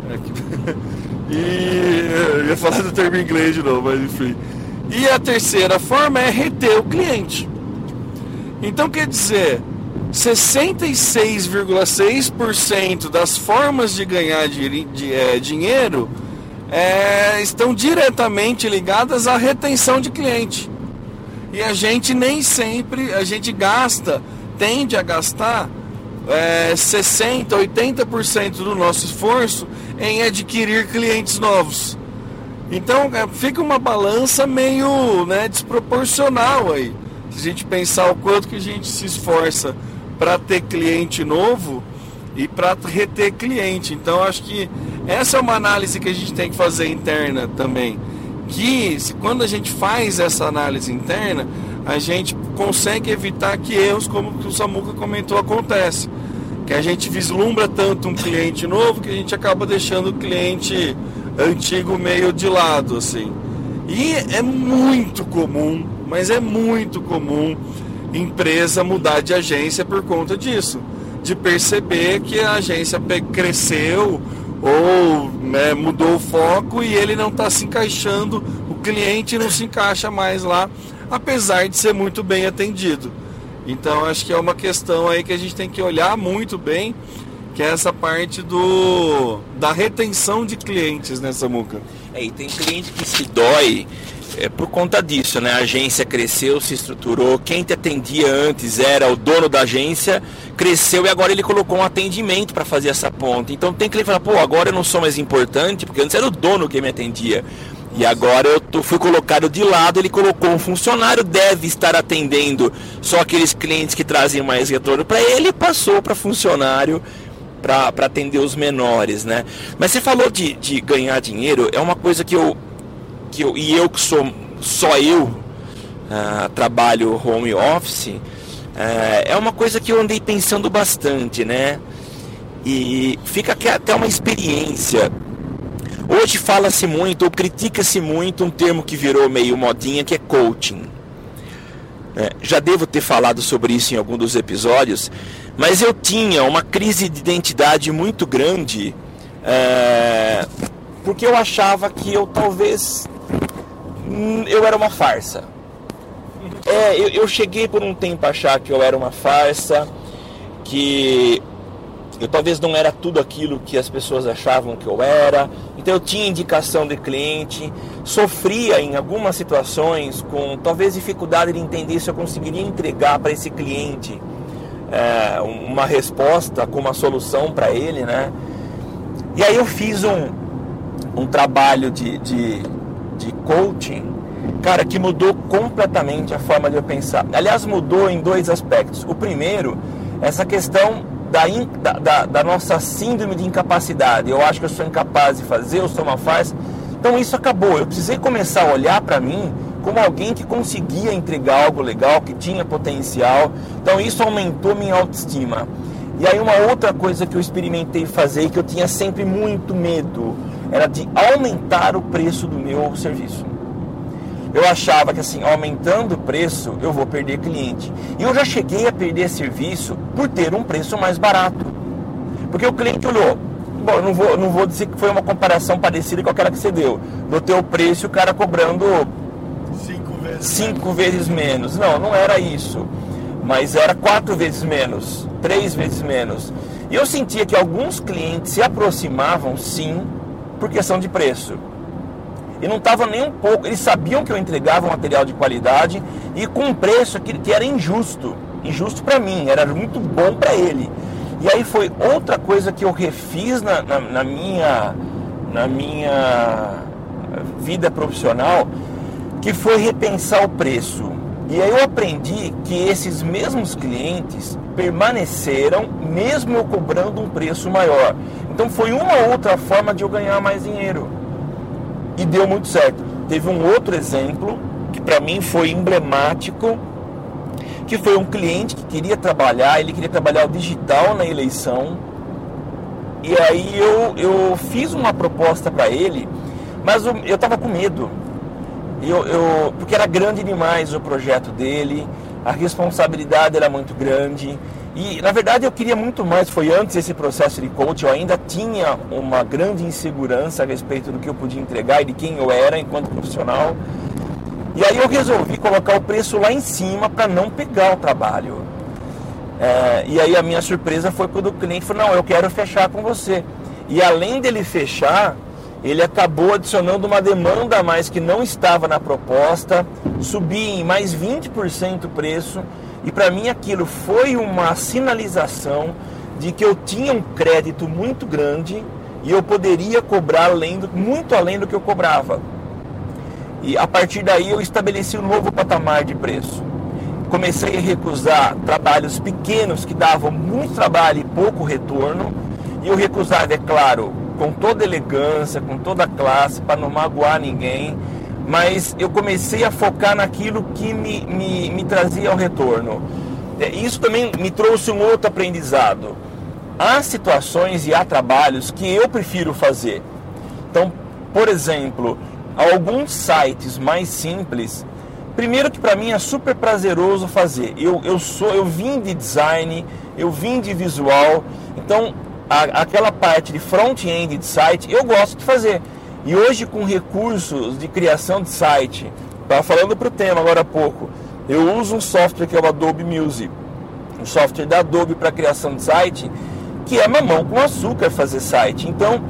E eu ia falar do termo em inglês de novo, mas enfim. E a terceira forma é reter o cliente. Então quer dizer, 66,6% das formas de ganhar dinheiro estão diretamente ligadas à retenção de cliente. E a gente nem sempre, tende a gastar 60%, 80% do nosso esforço em adquirir clientes novos. Então fica uma balança meio desproporcional aí. Se a gente pensar o quanto que a gente se esforça para ter cliente novo e para reter cliente. Então acho que essa é uma análise que a gente tem que fazer interna também. Que quando a gente faz essa análise interna, a gente consegue evitar que erros como o Samuca comentou acontecem. Que a gente vislumbra tanto um cliente novo que a gente acaba deixando o cliente antigo meio de lado, assim. E é muito comum, mas é muito comum empresa mudar de agência por conta disso. De perceber que a agência cresceu ou né, mudou o foco e ele não está se encaixando, o cliente não se encaixa mais lá, apesar de ser muito bem atendido. Então acho que é uma questão aí que a gente tem que olhar muito bem, que é essa parte da retenção de clientes, né, Samuca? E tem cliente que se dói por conta disso, né? A agência cresceu, se estruturou, quem te atendia antes era o dono da agência, cresceu e agora ele colocou um atendimento para fazer essa ponta. Então tem cliente que fala, pô, agora eu não sou mais importante, porque antes era o dono que me atendia. E agora eu fui colocado de lado, ele colocou um funcionário, deve estar atendendo só aqueles clientes que trazem mais retorno para ele, passou para funcionário para atender os menores, né? Mas você falou de ganhar dinheiro, é uma coisa que eu que sou só eu trabalho home office, é uma coisa que eu andei pensando bastante, né? E fica até uma experiência. Hoje fala-se muito, ou critica-se muito um termo que virou meio modinha, que é coaching. Já devo ter falado sobre isso em algum dos episódios, mas eu tinha uma crise de identidade muito grande, porque eu achava que eu era uma farsa. Eu cheguei por um tempo a achar que eu era uma farsa, que eu talvez não era tudo aquilo que as pessoas achavam que eu era. Então eu tinha indicação de cliente, sofria em algumas situações com talvez dificuldade de entender se eu conseguiria entregar para esse cliente uma resposta com uma solução para ele, né? E aí eu fiz um trabalho de coaching, cara, que mudou completamente a forma de eu pensar. Aliás, mudou em dois aspectos. O primeiro, essa questão da nossa síndrome de incapacidade. Eu acho que eu sou incapaz de fazer, eu sou uma farsa. Então isso acabou. Eu precisei começar a olhar para mim como alguém que conseguia entregar algo legal, que tinha potencial. Então isso aumentou minha autoestima. E aí uma outra coisa que eu experimentei fazer e que eu tinha sempre muito medo era de aumentar o preço do meu serviço. Eu achava que assim, aumentando o preço, eu vou perder cliente. E eu já cheguei a perder serviço por ter um preço mais barato. Porque o cliente olhou, bom, eu não vou dizer que foi uma comparação parecida com aquela que você deu. Do teu preço, o cara cobrando 5 vezes menos. Não era isso. Mas era 4 vezes menos, 3 vezes menos. E eu sentia que alguns clientes se aproximavam, sim, por questão de preço. E não estava nem um pouco, eles sabiam que eu entregava um material de qualidade e com um preço que era injusto para mim, era muito bom para ele. E aí foi outra coisa que eu refiz na minha vida profissional, que foi repensar o preço. E aí eu aprendi que esses mesmos clientes permaneceram, mesmo eu cobrando um preço maior. Então foi uma outra forma de eu ganhar mais dinheiro. E deu muito certo. Teve um outro exemplo que para mim foi emblemático, que foi um cliente que queria trabalhar, ele queria trabalhar o digital na eleição. E aí eu fiz uma proposta para ele, mas eu estava com medo. Porque era grande demais o projeto dele, a responsabilidade era muito grande. E na verdade eu queria muito mais, foi antes desse processo de coach, eu ainda tinha uma grande insegurança a respeito do que eu podia entregar e de quem eu era enquanto profissional. E aí eu resolvi colocar o preço lá em cima para não pegar o trabalho. E aí a minha surpresa foi quando o cliente falou, não, eu quero fechar com você. E além dele fechar, ele acabou adicionando uma demanda a mais que não estava na proposta, subi em mais 20% o preço. E para mim aquilo foi uma sinalização de que eu tinha um crédito muito grande e eu poderia cobrar muito além do que eu cobrava. E a partir daí eu estabeleci um novo patamar de preço. comecei a recusar trabalhos pequenos que davam muito trabalho e pouco retorno. E eu recusava, é claro, com toda elegância, com toda classe, para não magoar ninguém. Mas eu comecei a focar naquilo que me trazia o retorno. Isso também me trouxe um outro aprendizado. Há situações e há trabalhos que eu prefiro fazer. Então, por exemplo, alguns sites mais simples, primeiro que para mim é super prazeroso fazer. Eu vim de design, eu vim de visual, então aquela parte de front-end de site eu gosto de fazer. E hoje, com recursos de criação de site, estava falando para o tema agora há pouco, eu uso um software que é o Adobe Music, um software da Adobe para criação de site, que é mamão com açúcar fazer site. Então,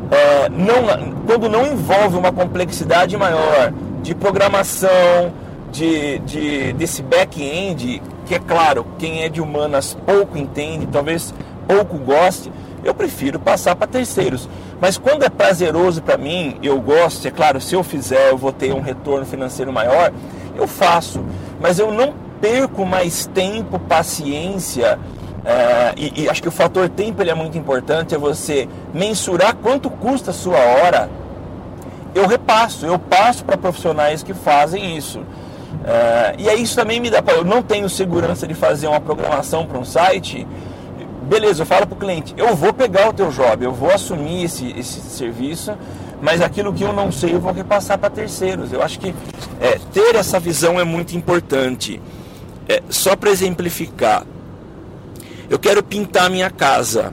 quando não envolve uma complexidade maior de programação, desse back-end, que é claro, quem é de humanas pouco entende, talvez pouco goste, eu prefiro passar para terceiros. Mas quando é prazeroso para mim, eu gosto, é claro, se eu fizer eu vou ter um retorno financeiro maior, eu faço. Mas eu não perco mais tempo, paciência, e acho que o fator tempo ele é muito importante, é você mensurar quanto custa a sua hora. Eu passo para profissionais que fazem isso. E aí isso também me dá, eu não tenho segurança de fazer uma programação para um site, beleza, eu falo para o cliente, eu vou pegar o teu job, eu vou assumir esse serviço, mas aquilo que eu não sei eu vou repassar para terceiros. Eu acho que ter essa visão é muito importante. Só para exemplificar, eu quero pintar a minha casa,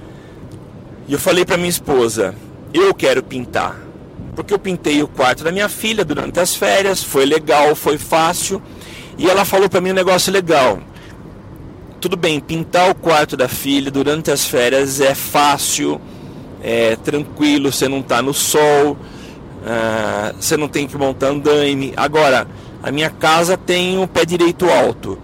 e eu falei para minha esposa, eu quero pintar, porque eu pintei o quarto da minha filha durante as férias, foi legal, foi fácil, e ela falou para mim um negócio legal. Tudo bem, pintar o quarto da filha durante as férias é fácil, é tranquilo, você não está no sol, você não tem que montar andaime. Agora, a minha casa tem o pé direito alto.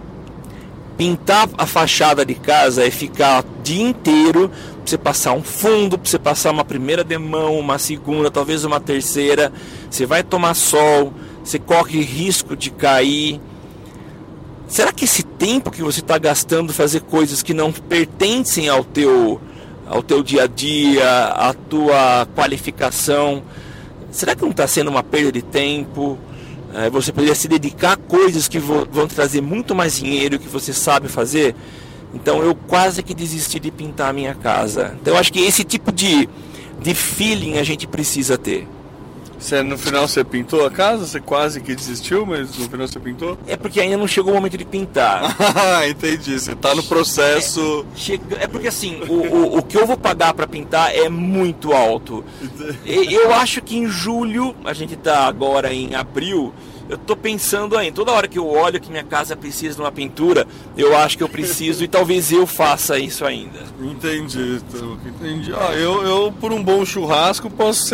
Pintar a fachada de casa é ficar o dia inteiro, pra você passar um fundo, pra você passar uma primeira demão, uma segunda, talvez uma terceira. Você vai tomar sol, você corre risco de cair. Será que esse tempo que você está gastando fazer coisas que não pertencem ao teu dia a dia, à tua qualificação, será que não está sendo uma perda de tempo? Você poderia se dedicar a coisas que vão trazer muito mais dinheiro que você sabe fazer. Então eu quase que desisti de pintar a minha casa. Então eu acho que esse tipo de feeling a gente precisa ter. No final você pintou a casa? Você quase que desistiu, mas no final você pintou? É porque ainda não chegou o momento de pintar. Entendi, você está no processo. É porque assim, o que eu vou pagar para pintar é muito alto. Eu acho que em julho, a gente está agora em abril, eu estou pensando ainda, toda hora que eu olho que minha casa precisa de uma pintura, eu acho que eu preciso e talvez eu faça isso ainda. Entendi. Eu por um bom churrasco posso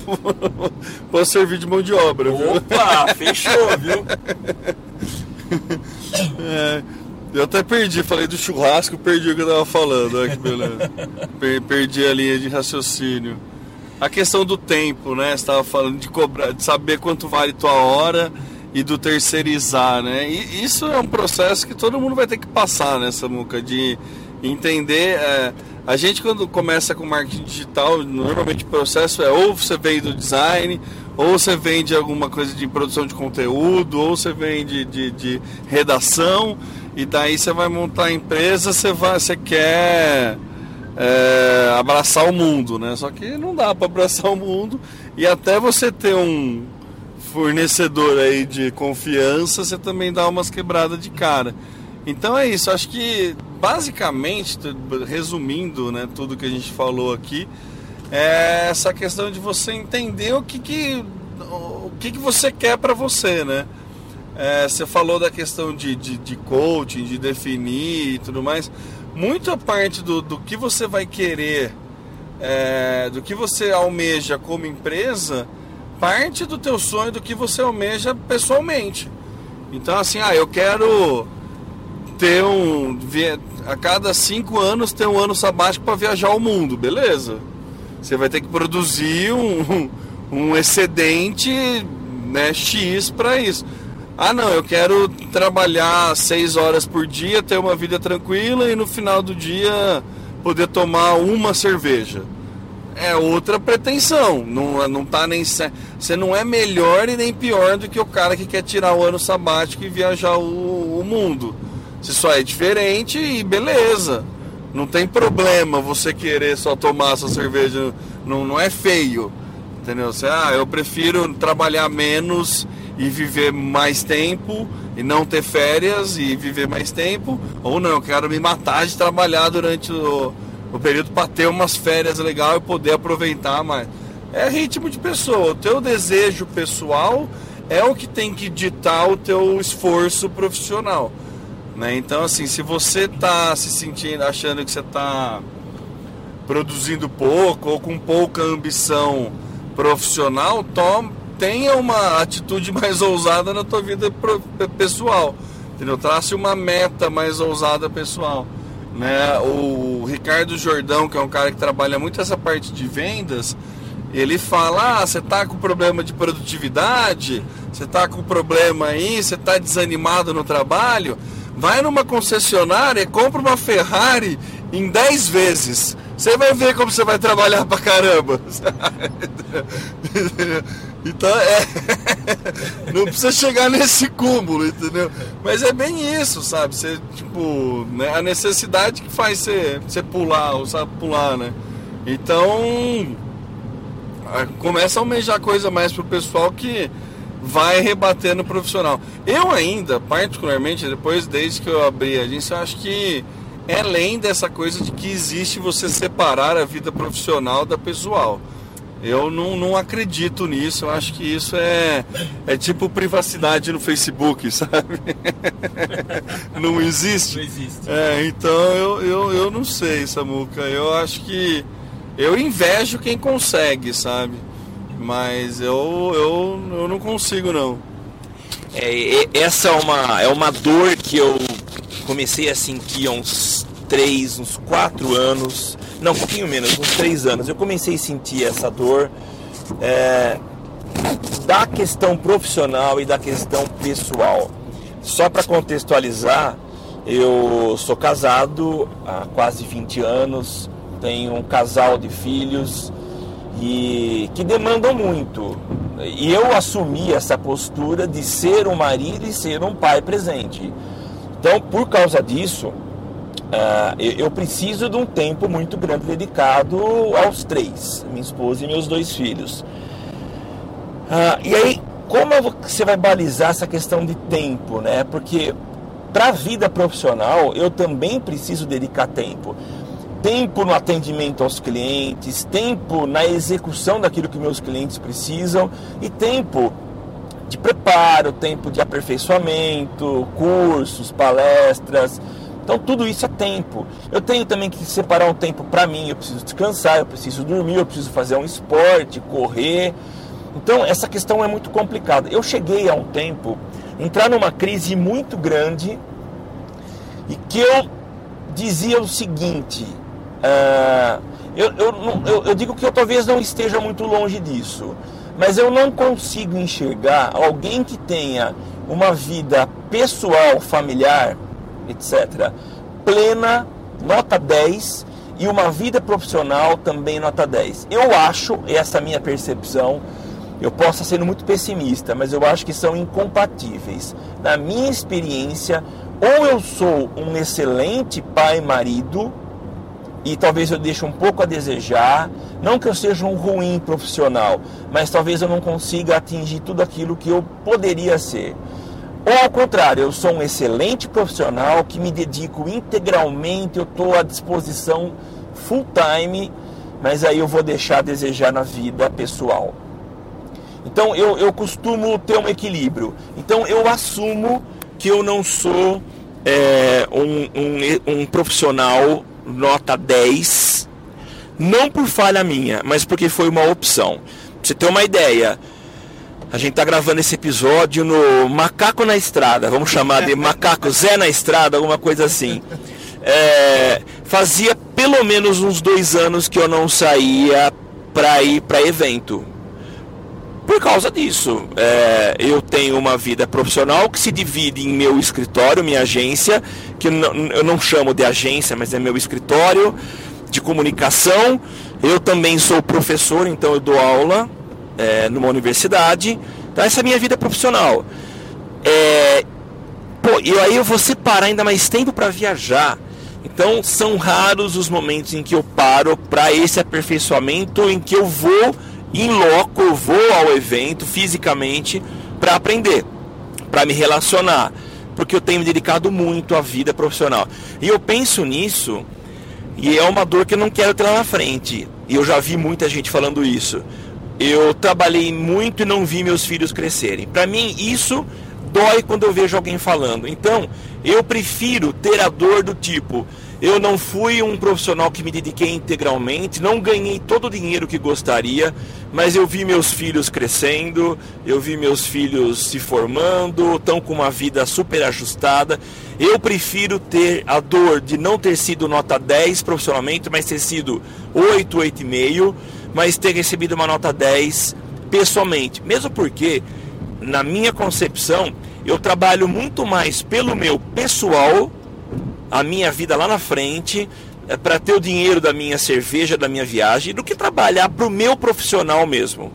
servir de mão de obra. Opa, viu? Fechou, viu? Eu até falei do churrasco, perdi o que eu estava falando, olha que beleza. Perdi a linha de raciocínio. A questão do tempo, né? Você estava falando de cobrar, de saber quanto vale tua hora e do terceirizar, né? E isso é um processo que todo mundo vai ter que passar, né, Samuca? De entender. A gente, quando começa com marketing digital, normalmente o processo é ou você vem do design, ou você vem de alguma coisa de produção de conteúdo, ou você vem de redação, e daí você vai montar a empresa, você quer abraçar o mundo, né? Só que não dá para abraçar o mundo, e até você ter um fornecedor aí de confiança, você também dá umas quebradas de cara. Então é isso, acho que basicamente, resumindo, né, tudo que a gente falou aqui, é essa questão de você entender o que você quer para você, né? Você falou da questão de coaching, de definir e tudo mais. Muita parte do que você vai querer, do que você almeja como empresa, parte do teu sonho, do que você almeja pessoalmente. Então assim, eu quero ter a cada 5 anos ter um ano sabático para viajar ao mundo, beleza? Você vai ter que produzir um excedente, né, X para isso. não, eu quero trabalhar 6 horas por dia, ter uma vida tranquila e no final do dia poder tomar uma cerveja. É outra pretensão, não tá nem... Você não é melhor e nem pior do que o cara que quer tirar o ano sabático e viajar o mundo. Você só é diferente e beleza. Não tem problema você querer só tomar sua cerveja, não é feio. Entendeu? Eu prefiro trabalhar menos e viver mais tempo e não ter férias e viver mais tempo, ou não, eu quero me matar de trabalhar durante o período para ter umas férias legais e poder aproveitar mais. É ritmo de pessoa, o teu desejo pessoal é o que tem que ditar o teu esforço profissional, né? Então assim, se você tá se sentindo, achando que você tá produzindo pouco ou com pouca ambição profissional, tenha uma atitude mais ousada na tua vida pessoal, entendeu? Trace uma meta mais ousada pessoal, né? O Ricardo Jordão, que é um cara que trabalha muito essa parte de vendas, ele fala, você tá com problema de produtividade, você tá com problema aí, você tá desanimado no trabalho, vai numa concessionária e compra uma Ferrari em 10 vezes. Você vai ver como você vai trabalhar pra caramba. Então não precisa chegar nesse cúmulo, entendeu? Mas é bem isso, sabe? Você, tipo, né? A necessidade que faz você pular, ou sabe pular, né? Então começa a almejar coisa mais pro pessoal que vai rebater no profissional. Eu ainda, particularmente, desde que eu abri a agência, eu acho que é além dessa coisa de que existe você separar a vida profissional da pessoal. Eu não acredito nisso, eu acho que isso é tipo privacidade no Facebook, sabe? Não existe? Não existe. Então eu não sei, Samuca, eu acho que eu invejo quem consegue, sabe? Mas eu não consigo, não. Essa é uma dor que eu comecei a sentir há uns 4 anos, não, um pouquinho menos, uns 3 anos. Eu comecei a sentir essa dor da questão profissional e da questão pessoal. Só para contextualizar, eu sou casado há quase 20 anos, tenho um casal de filhos e que demandam muito. E eu assumi essa postura de ser um marido e ser um pai presente. Então, por causa disso, eu preciso de um tempo muito grande dedicado aos 3, minha esposa e meus 2 filhos. E aí, como você vai balizar essa questão de tempo, né? Porque para a vida profissional, eu também preciso dedicar tempo. Tempo no atendimento aos clientes, tempo na execução daquilo que meus clientes precisam e tempo de preparo, tempo de aperfeiçoamento, cursos, palestras. Então tudo isso é tempo. Eu tenho também que separar um tempo para mim, eu preciso descansar, eu preciso dormir, eu preciso fazer um esporte, correr. Então essa questão é muito complicada. Eu cheguei a um tempo, entrar numa crise muito grande e que eu dizia o seguinte, eu digo que eu talvez não esteja muito longe disso, mas eu não consigo enxergar alguém que tenha uma vida pessoal, familiar, etc., plena, nota 10, e uma vida profissional também nota 10. Eu acho, essa é a minha percepção, eu posso estar sendo muito pessimista, mas eu acho que são incompatíveis. Na minha experiência, ou eu sou um excelente pai e marido, e talvez eu deixe um pouco a desejar, não que eu seja um ruim profissional, mas talvez eu não consiga atingir tudo aquilo que eu poderia ser. Ou ao contrário, eu sou um excelente profissional que me dedico integralmente, eu estou à disposição full time, mas aí eu vou deixar a desejar na vida pessoal. Então eu costumo ter um equilíbrio. Então eu assumo que eu não sou um profissional nota 10, não por falha minha, mas porque foi uma opção. Pra você ter uma ideia, a gente tá gravando esse episódio no Macaco na Estrada, vamos chamar de Macaco Zé na Estrada, alguma coisa assim. Fazia pelo menos uns 2 anos que eu não saía para ir para evento. Por causa disso, eu tenho uma vida profissional que se divide em meu escritório, minha agência, que eu não chamo de agência, mas é meu escritório de comunicação. Eu também sou professor, então eu dou aula numa universidade. Então essa é a minha vida profissional. E aí eu vou separar ainda mais tempo para viajar. Então são raros os momentos em que eu paro para esse aperfeiçoamento, em que eu vou em loco, eu vou ao evento fisicamente para aprender, para me relacionar, porque eu tenho me dedicado muito à vida profissional. E eu penso nisso, e é uma dor que eu não quero ter lá na frente. E eu já vi muita gente falando isso. Eu trabalhei muito e não vi meus filhos crescerem. Para mim isso dói quando eu vejo alguém falando. Então eu prefiro ter a dor do tipo: eu não fui um profissional que me dediquei integralmente, não ganhei todo o dinheiro que gostaria, mas eu vi meus filhos crescendo, eu vi meus filhos se formando, estão com uma vida super ajustada. Eu prefiro ter a dor de não ter sido nota 10 profissionalmente, mas ter sido 8, 8,5, mas ter recebido uma nota 10 pessoalmente. Mesmo porque, na minha concepção, eu trabalho muito mais pelo meu pessoal, a minha vida lá na frente, para ter o dinheiro da minha cerveja, da minha viagem, do que trabalhar para o meu profissional mesmo.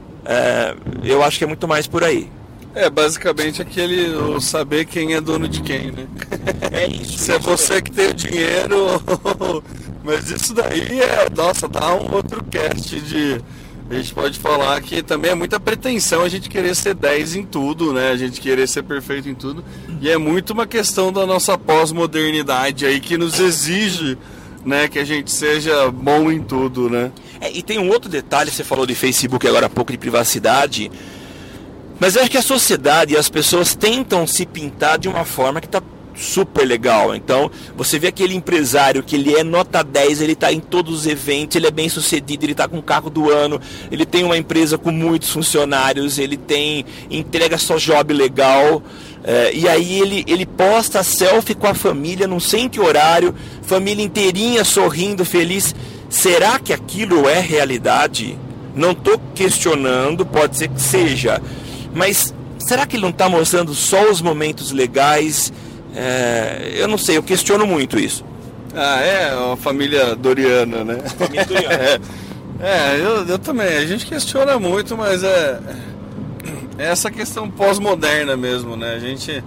Eu acho que é muito mais por aí. Basicamente o saber quem é dono de quem, né? É isso. Se é você que tem o dinheiro, mas isso daí nossa, dá um outro cast de... A gente pode falar que também é muita pretensão a gente querer ser 10 em tudo, né? A gente querer ser perfeito em tudo. E é muito uma questão da nossa pós-modernidade aí que nos exige, né, que a gente seja bom em tudo, né? E tem um outro detalhe, você falou de Facebook agora há pouco, de privacidade. Mas eu acho que a sociedade e as pessoas tentam se pintar de uma forma que está super legal. Então, você vê aquele empresário que ele é nota 10, ele está em todos os eventos, ele é bem sucedido, ele está com o carro do ano, ele tem uma empresa com muitos funcionários, ele entrega só job legal, e aí ele posta selfie com a família, não sei em que horário, família inteirinha sorrindo, feliz. Será que aquilo é realidade? Não estou questionando, pode ser que seja, mas será que ele não está mostrando só os momentos legais? Eu não sei, eu questiono muito isso. A família Doriana, né? Família Doriana. Eu também. A gente questiona muito, mas é essa questão pós-moderna mesmo, né?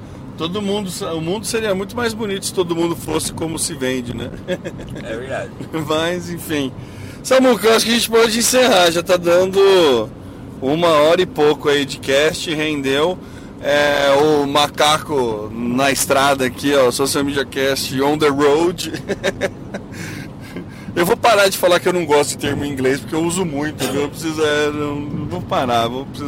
O mundo seria muito mais bonito se todo mundo fosse como se vende, né? É verdade. Mas, enfim. Samuca, eu acho que a gente pode encerrar. Já tá dando 1 hora e pouco aí de cast, rendeu. O macaco na estrada aqui, ó, Social Media Cast on the road. Eu vou parar de falar que eu não gosto de termo em inglês, porque eu uso muito, viu? Eu preciso, não vou parar,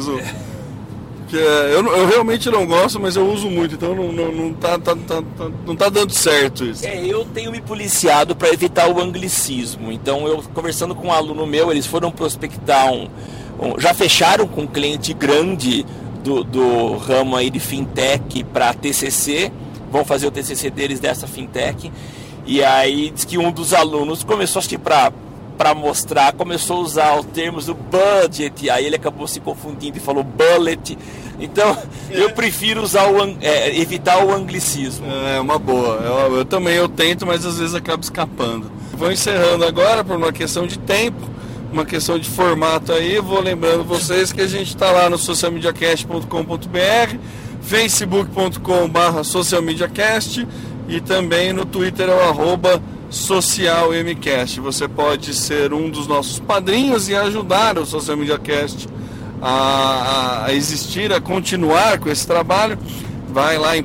eu realmente não gosto, mas eu uso muito, então não tá dando certo isso. Eu tenho me policiado para evitar o anglicismo. Então, eu conversando com um aluno meu, eles foram prospectar já fecharam com um cliente grande do ramo aí de fintech para TCC, vão fazer o TCC deles dessa fintech, e aí diz que um dos alunos começou, acho que para mostrar, começou a usar os termos do budget, aí ele acabou se confundindo e falou bullet. Então eu prefiro evitar o anglicismo. É uma boa, eu também tento, mas às vezes acabo escapando. Vou encerrando agora por uma questão de tempo, uma questão de formato aí. Vou lembrando vocês que a gente está lá no socialmediacast.com.br, facebook.com/socialmediacast e também no Twitter é o @socialmcast. Você pode ser um dos nossos padrinhos e ajudar o Social Media Cast a existir, a continuar com esse trabalho. Vai lá em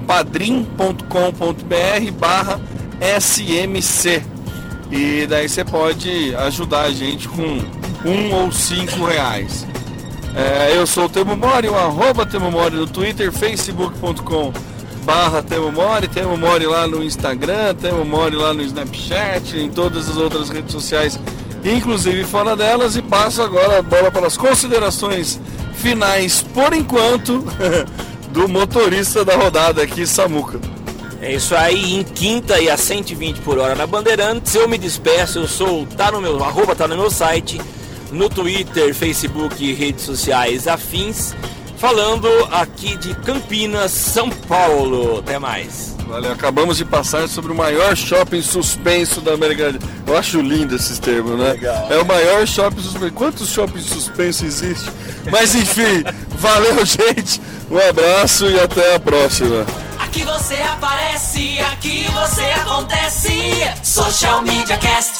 padrim.com.br/smc e daí você pode ajudar a gente com R$1 ou R$5. Eu sou o Temo Mori, o @Temo Mori no Twitter, facebook.com/Temo Mori, Temo Mori lá no Instagram, Temo Mori lá no Snapchat, em todas as outras redes sociais, inclusive fora delas. E passo agora a bola para as considerações finais, por enquanto, do motorista da rodada aqui, Samuca. É isso aí, em quinta e a 120 por hora na Bandeirantes. Eu me despeço, tá no meu site, no Twitter, Facebook e redes sociais afins, falando aqui de Campinas, São Paulo. Até mais. Valeu, acabamos de passar sobre o maior shopping suspenso da América Latina. Eu acho lindo esses termos, né? Legal. É o maior shopping suspenso. Quantos shoppings suspensos existem? Mas enfim, valeu, gente. Um abraço e até a próxima. Aqui você aparece, aqui você acontece. Social Media Cast.